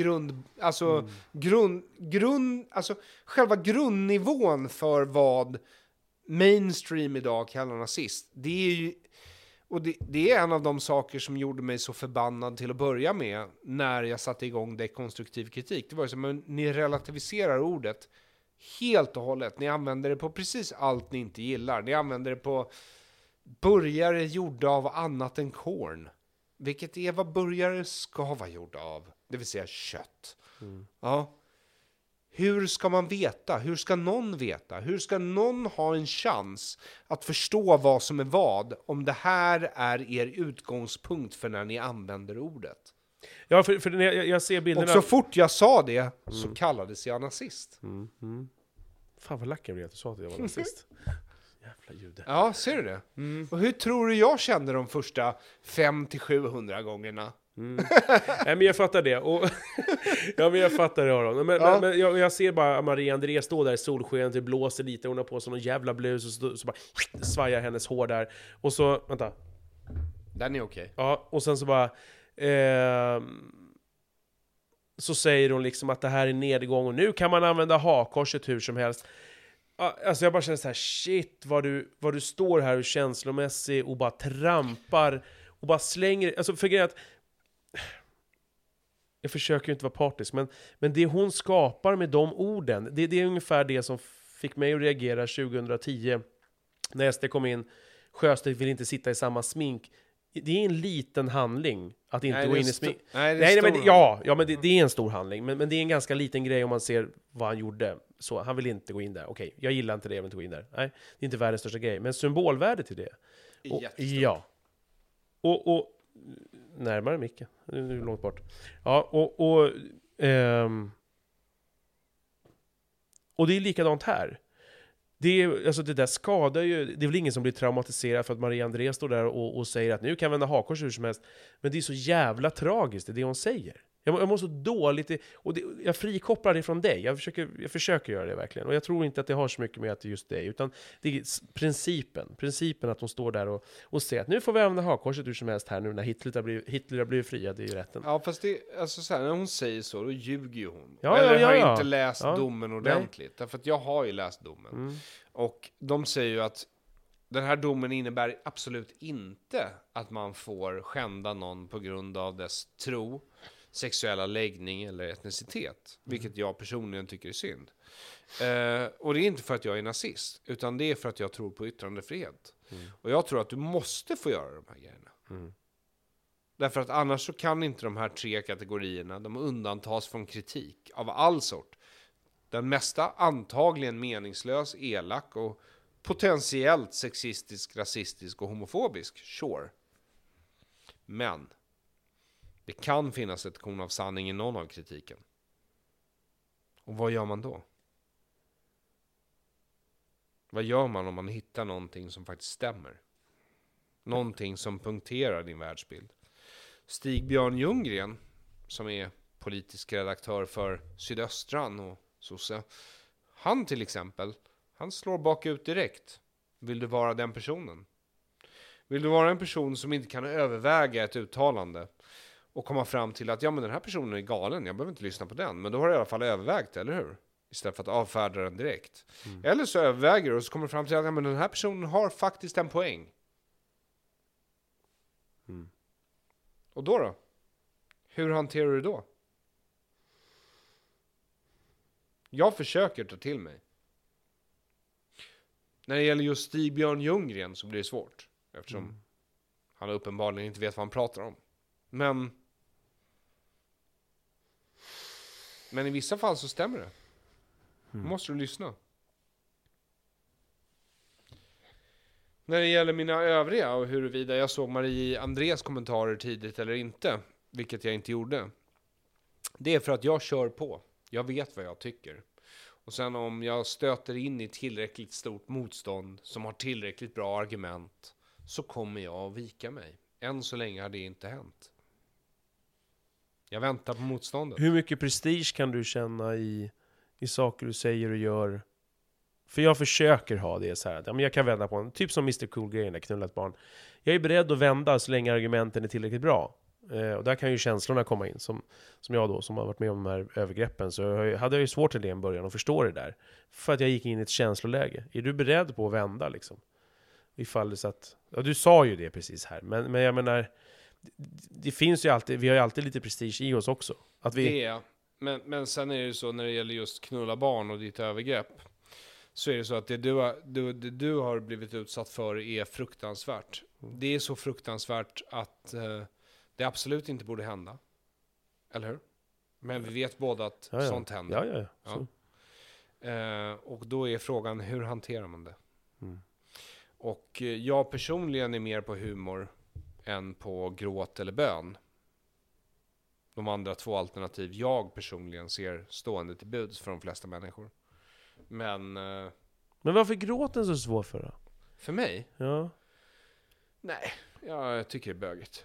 själva grundnivån för vad mainstream idag kallar nazist. Det är ju, och det är en av de saker som gjorde mig så förbannad till att börja med när jag satte igång dekonstruktiv kritik. Det var ju som att ni relativiserar ordet helt och hållet. Ni använder det på precis allt ni inte gillar. Ni använder det på burgare gjorda av annat än korn. Vilket är vad burgare ska vara gjorda av. Det vill säga kött. Ja. Hur ska man veta? Hur ska någon veta? Hur ska någon ha en chans att förstå vad som är vad om det här är er utgångspunkt för när ni använder ordet? Ja, för när jag ser bilderna... Och så fort jag sa det så kallades jag nazist. Fan vad lack jag blev att du sa att jag var nazist. Jävla jude. Ja, ser du det? Och hur tror du jag kände de första 500-700 gångerna? Nej, men jag fattar det. Och ja, men jag fattar det, Aron. Men jag ser bara Maria Andreas stå där i solskenet, det blåser lite, hon har på sig någon jävla blus och så bara svajar hennes hår där. Och så, vänta. Den är okej. Ja, och sen så bara så säger hon liksom att det här är nedgång och nu kan man använda hakkorset hur som helst. Alltså jag bara känner så här, shit vad du står här och känslomässig och bara trampar och bara slänger, alltså för grejen att jag försöker ju inte vara partisk, men det hon skapar med de orden, det är ungefär det som fick mig att reagera 2010 när SD kom in. Sjöstedt vill inte sitta i samma smink. Det är en liten handling att inte gå in i smink. Men det är en stor handling, men det är en ganska liten grej om man ser vad han gjorde. Så han vill inte gå in där. Okej, jag gillar inte det, jag vill inte gå in där. Nej, det är inte världens största grej, men symbolvärde till det. Ja. Och närmare Micke. Nu är det långt bort. Ja, och det är likadant här. Alltså det där skadar ju, det är väl ingen som blir traumatiserad för att Maria André står där och säger att nu kan vända hakkors hur som helst. Men det är så jävla tragiskt, det hon säger. Jag mår så dåligt, och jag frikopplar det från dig. Jag försöker göra det verkligen. Och jag tror inte att det har så mycket med att det just det, utan det är principen att hon står där och säger att nu får vi använda hakkorset hur som helst här nu när Hitler har blivit friad i rätten. Ja, fast alltså så här, när hon säger så, då ljuger ju hon. Ja, Eller har ja. inte läst domen ordentligt. Därför att jag har ju läst domen. Och de säger ju att den här domen innebär absolut inte att man får skända någon på grund av dess tro, sexuella läggning eller etnicitet. Vilket jag personligen tycker är synd. Och det är inte för att jag är nazist, utan det är för att jag tror på yttrandefrihet. Och jag tror att du måste få göra de här grejerna. Därför att annars så kan inte de här 3 kategorierna, de undantas från kritik av all sort. Den mesta antagligen meningslös, elak och potentiellt sexistisk, rasistisk och homofobisk. Sure. Men det kan finnas ett korn av sanning i någon av kritiken. Och vad gör man då? Vad gör man om man hittar någonting som faktiskt stämmer? Någonting som punkterar din världsbild. Stig-Björn Ljunggren, som är politisk redaktör för Sydöstran och Sosse, han till exempel, han slår bakut direkt. Vill du vara den personen? Vill du vara en person som inte kan överväga ett uttalande och komma fram till att ja, men den här personen är galen, jag behöver inte lyssna på den, men då har du i alla fall övervägt, eller hur? Istället för att avfärda den direkt. Eller så överväger du och så kommer du fram till att ja, men den här personen har faktiskt en poäng. Och då? Hur hanterar du då? Jag försöker ta till mig. När det gäller just Stig-Björn Ljunggren så blir det svårt. Eftersom han uppenbarligen inte vet vad han pratar om. Men i vissa fall så stämmer det. Måste du lyssna. När det gäller mina övriga och huruvida jag såg Marie Andrés kommentarer tidigt eller inte, vilket jag inte gjorde, det är för att jag kör på. Jag vet vad jag tycker. Och sen om jag stöter in i tillräckligt stort motstånd som har tillräckligt bra argument, så kommer jag att vika mig. Än så länge har det inte hänt. Jag väntar på motståndet. Hur mycket prestige kan du känna i saker du säger och gör? För jag försöker ha det så här att ja, men jag kan vända på en, typ som Mr. Cool-grejen där, knullat barn. Jag är beredd att vända så länge argumenten är tillräckligt bra. Och där kan ju känslorna komma in. Som jag då, som har varit med om de här övergreppen, så hade jag ju svårt till det i början att förstå det där. För att jag gick in i ett känsloläge. Är du beredd på att vända liksom? Ifall det så att, ja, du sa ju det precis här. Men jag menar, det finns ju alltid, vi har ju alltid lite prestige i oss också. Att vi... Det är, men sen är det ju så när det gäller just knulla barn och ditt övergrepp, så är det så att det du har blivit utsatt för är fruktansvärt. Det är så fruktansvärt att det absolut inte borde hända. Eller hur? Men vi vet båda att sånt händer. Ja. Och då är frågan, hur hanterar man det? Och jag personligen är mer på humor än på gråt eller bön. De andra 2 alternativ jag personligen ser stående till buds för de flesta människor. Men varför är gråten så svår för då? För mig? Ja. Nej, jag tycker det är bögigt.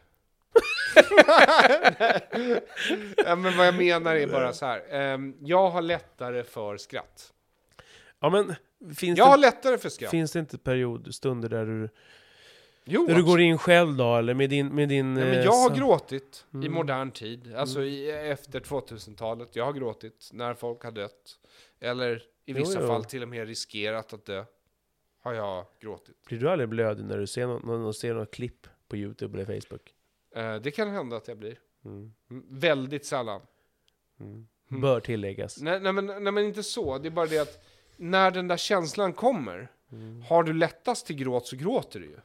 Ja, men vad jag menar är bara så här. Jag har lättare för skratt. Ja, men har lättare för skratt. Finns det inte stunder där du Jo, där du går in själv då, eller med din nej, men jag har gråtit i modern tid, alltså efter 2000-talet. Jag har gråtit när folk har dött, eller i vissa fall till och med riskerat att dö, har jag gråtit. Blir du aldrig blödig när du ser något klipp på YouTube eller Facebook? Det kan hända att jag blir. Väldigt sällan. Bör tilläggas. Nej, men inte så. Det är bara det att när den där känslan kommer, har du lättast till gråt så gråter du ju.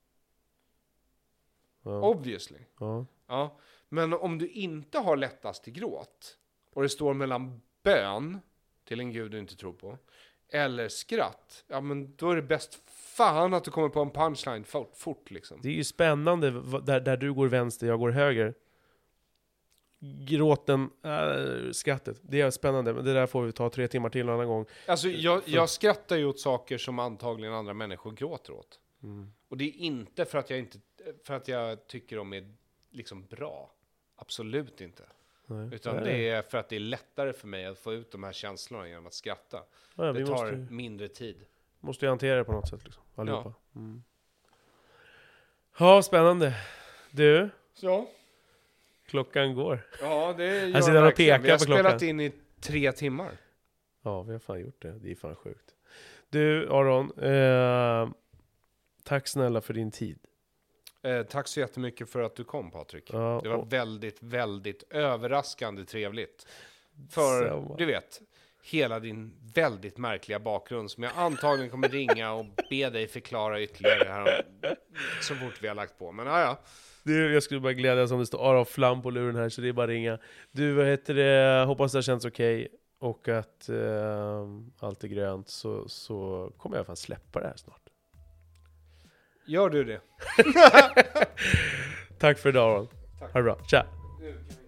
Obviously. Ja. Men om du inte har lättast till gråt och det står mellan bön till en gud du inte tror på eller skratt, ja, men då är det bäst fan att du kommer på en punchline fort liksom. Det är ju spännande där du går vänster, jag går höger. gråten, skrattet. Det är spännande, men det där får vi ta 3 timmar till en annan gång. Alltså jag skrattar ju åt saker som antagligen andra människor gråter åt. Och det är inte för att jag tycker de är liksom bra. Absolut inte. Nej. Utan det är för att det är lättare för mig att få ut de här känslorna genom att skratta. Ja, det tar mindre tid. Måste ju hantera det på något sätt liksom, allihopa. Ja, spännande. Du, Så. klockan går. Ja, det gör Han sitter och pekar vi har på klockan. spelat in i 3 timmar. Ja, vi har fan gjort det. Det är fan sjukt. Du, Aron, tack snälla för din tid. Tack så jättemycket för att du kom, Patrik. Ja, det var väldigt, väldigt överraskande trevligt. För, du vet, hela din väldigt märkliga bakgrund som jag antagligen kommer ringa och be dig förklara ytterligare här så fort vi har lagt på. Men ja. Du, jag skulle bara glädjas om det står Aron Flam på luren här, så det är bara att ringa. Du, vad heter det? Hoppas det känns okej. Och att allt är grönt, så kommer jag fan släppa det här snart. Gör du det? Tack för idag, Aron. Ha det bra. Tja!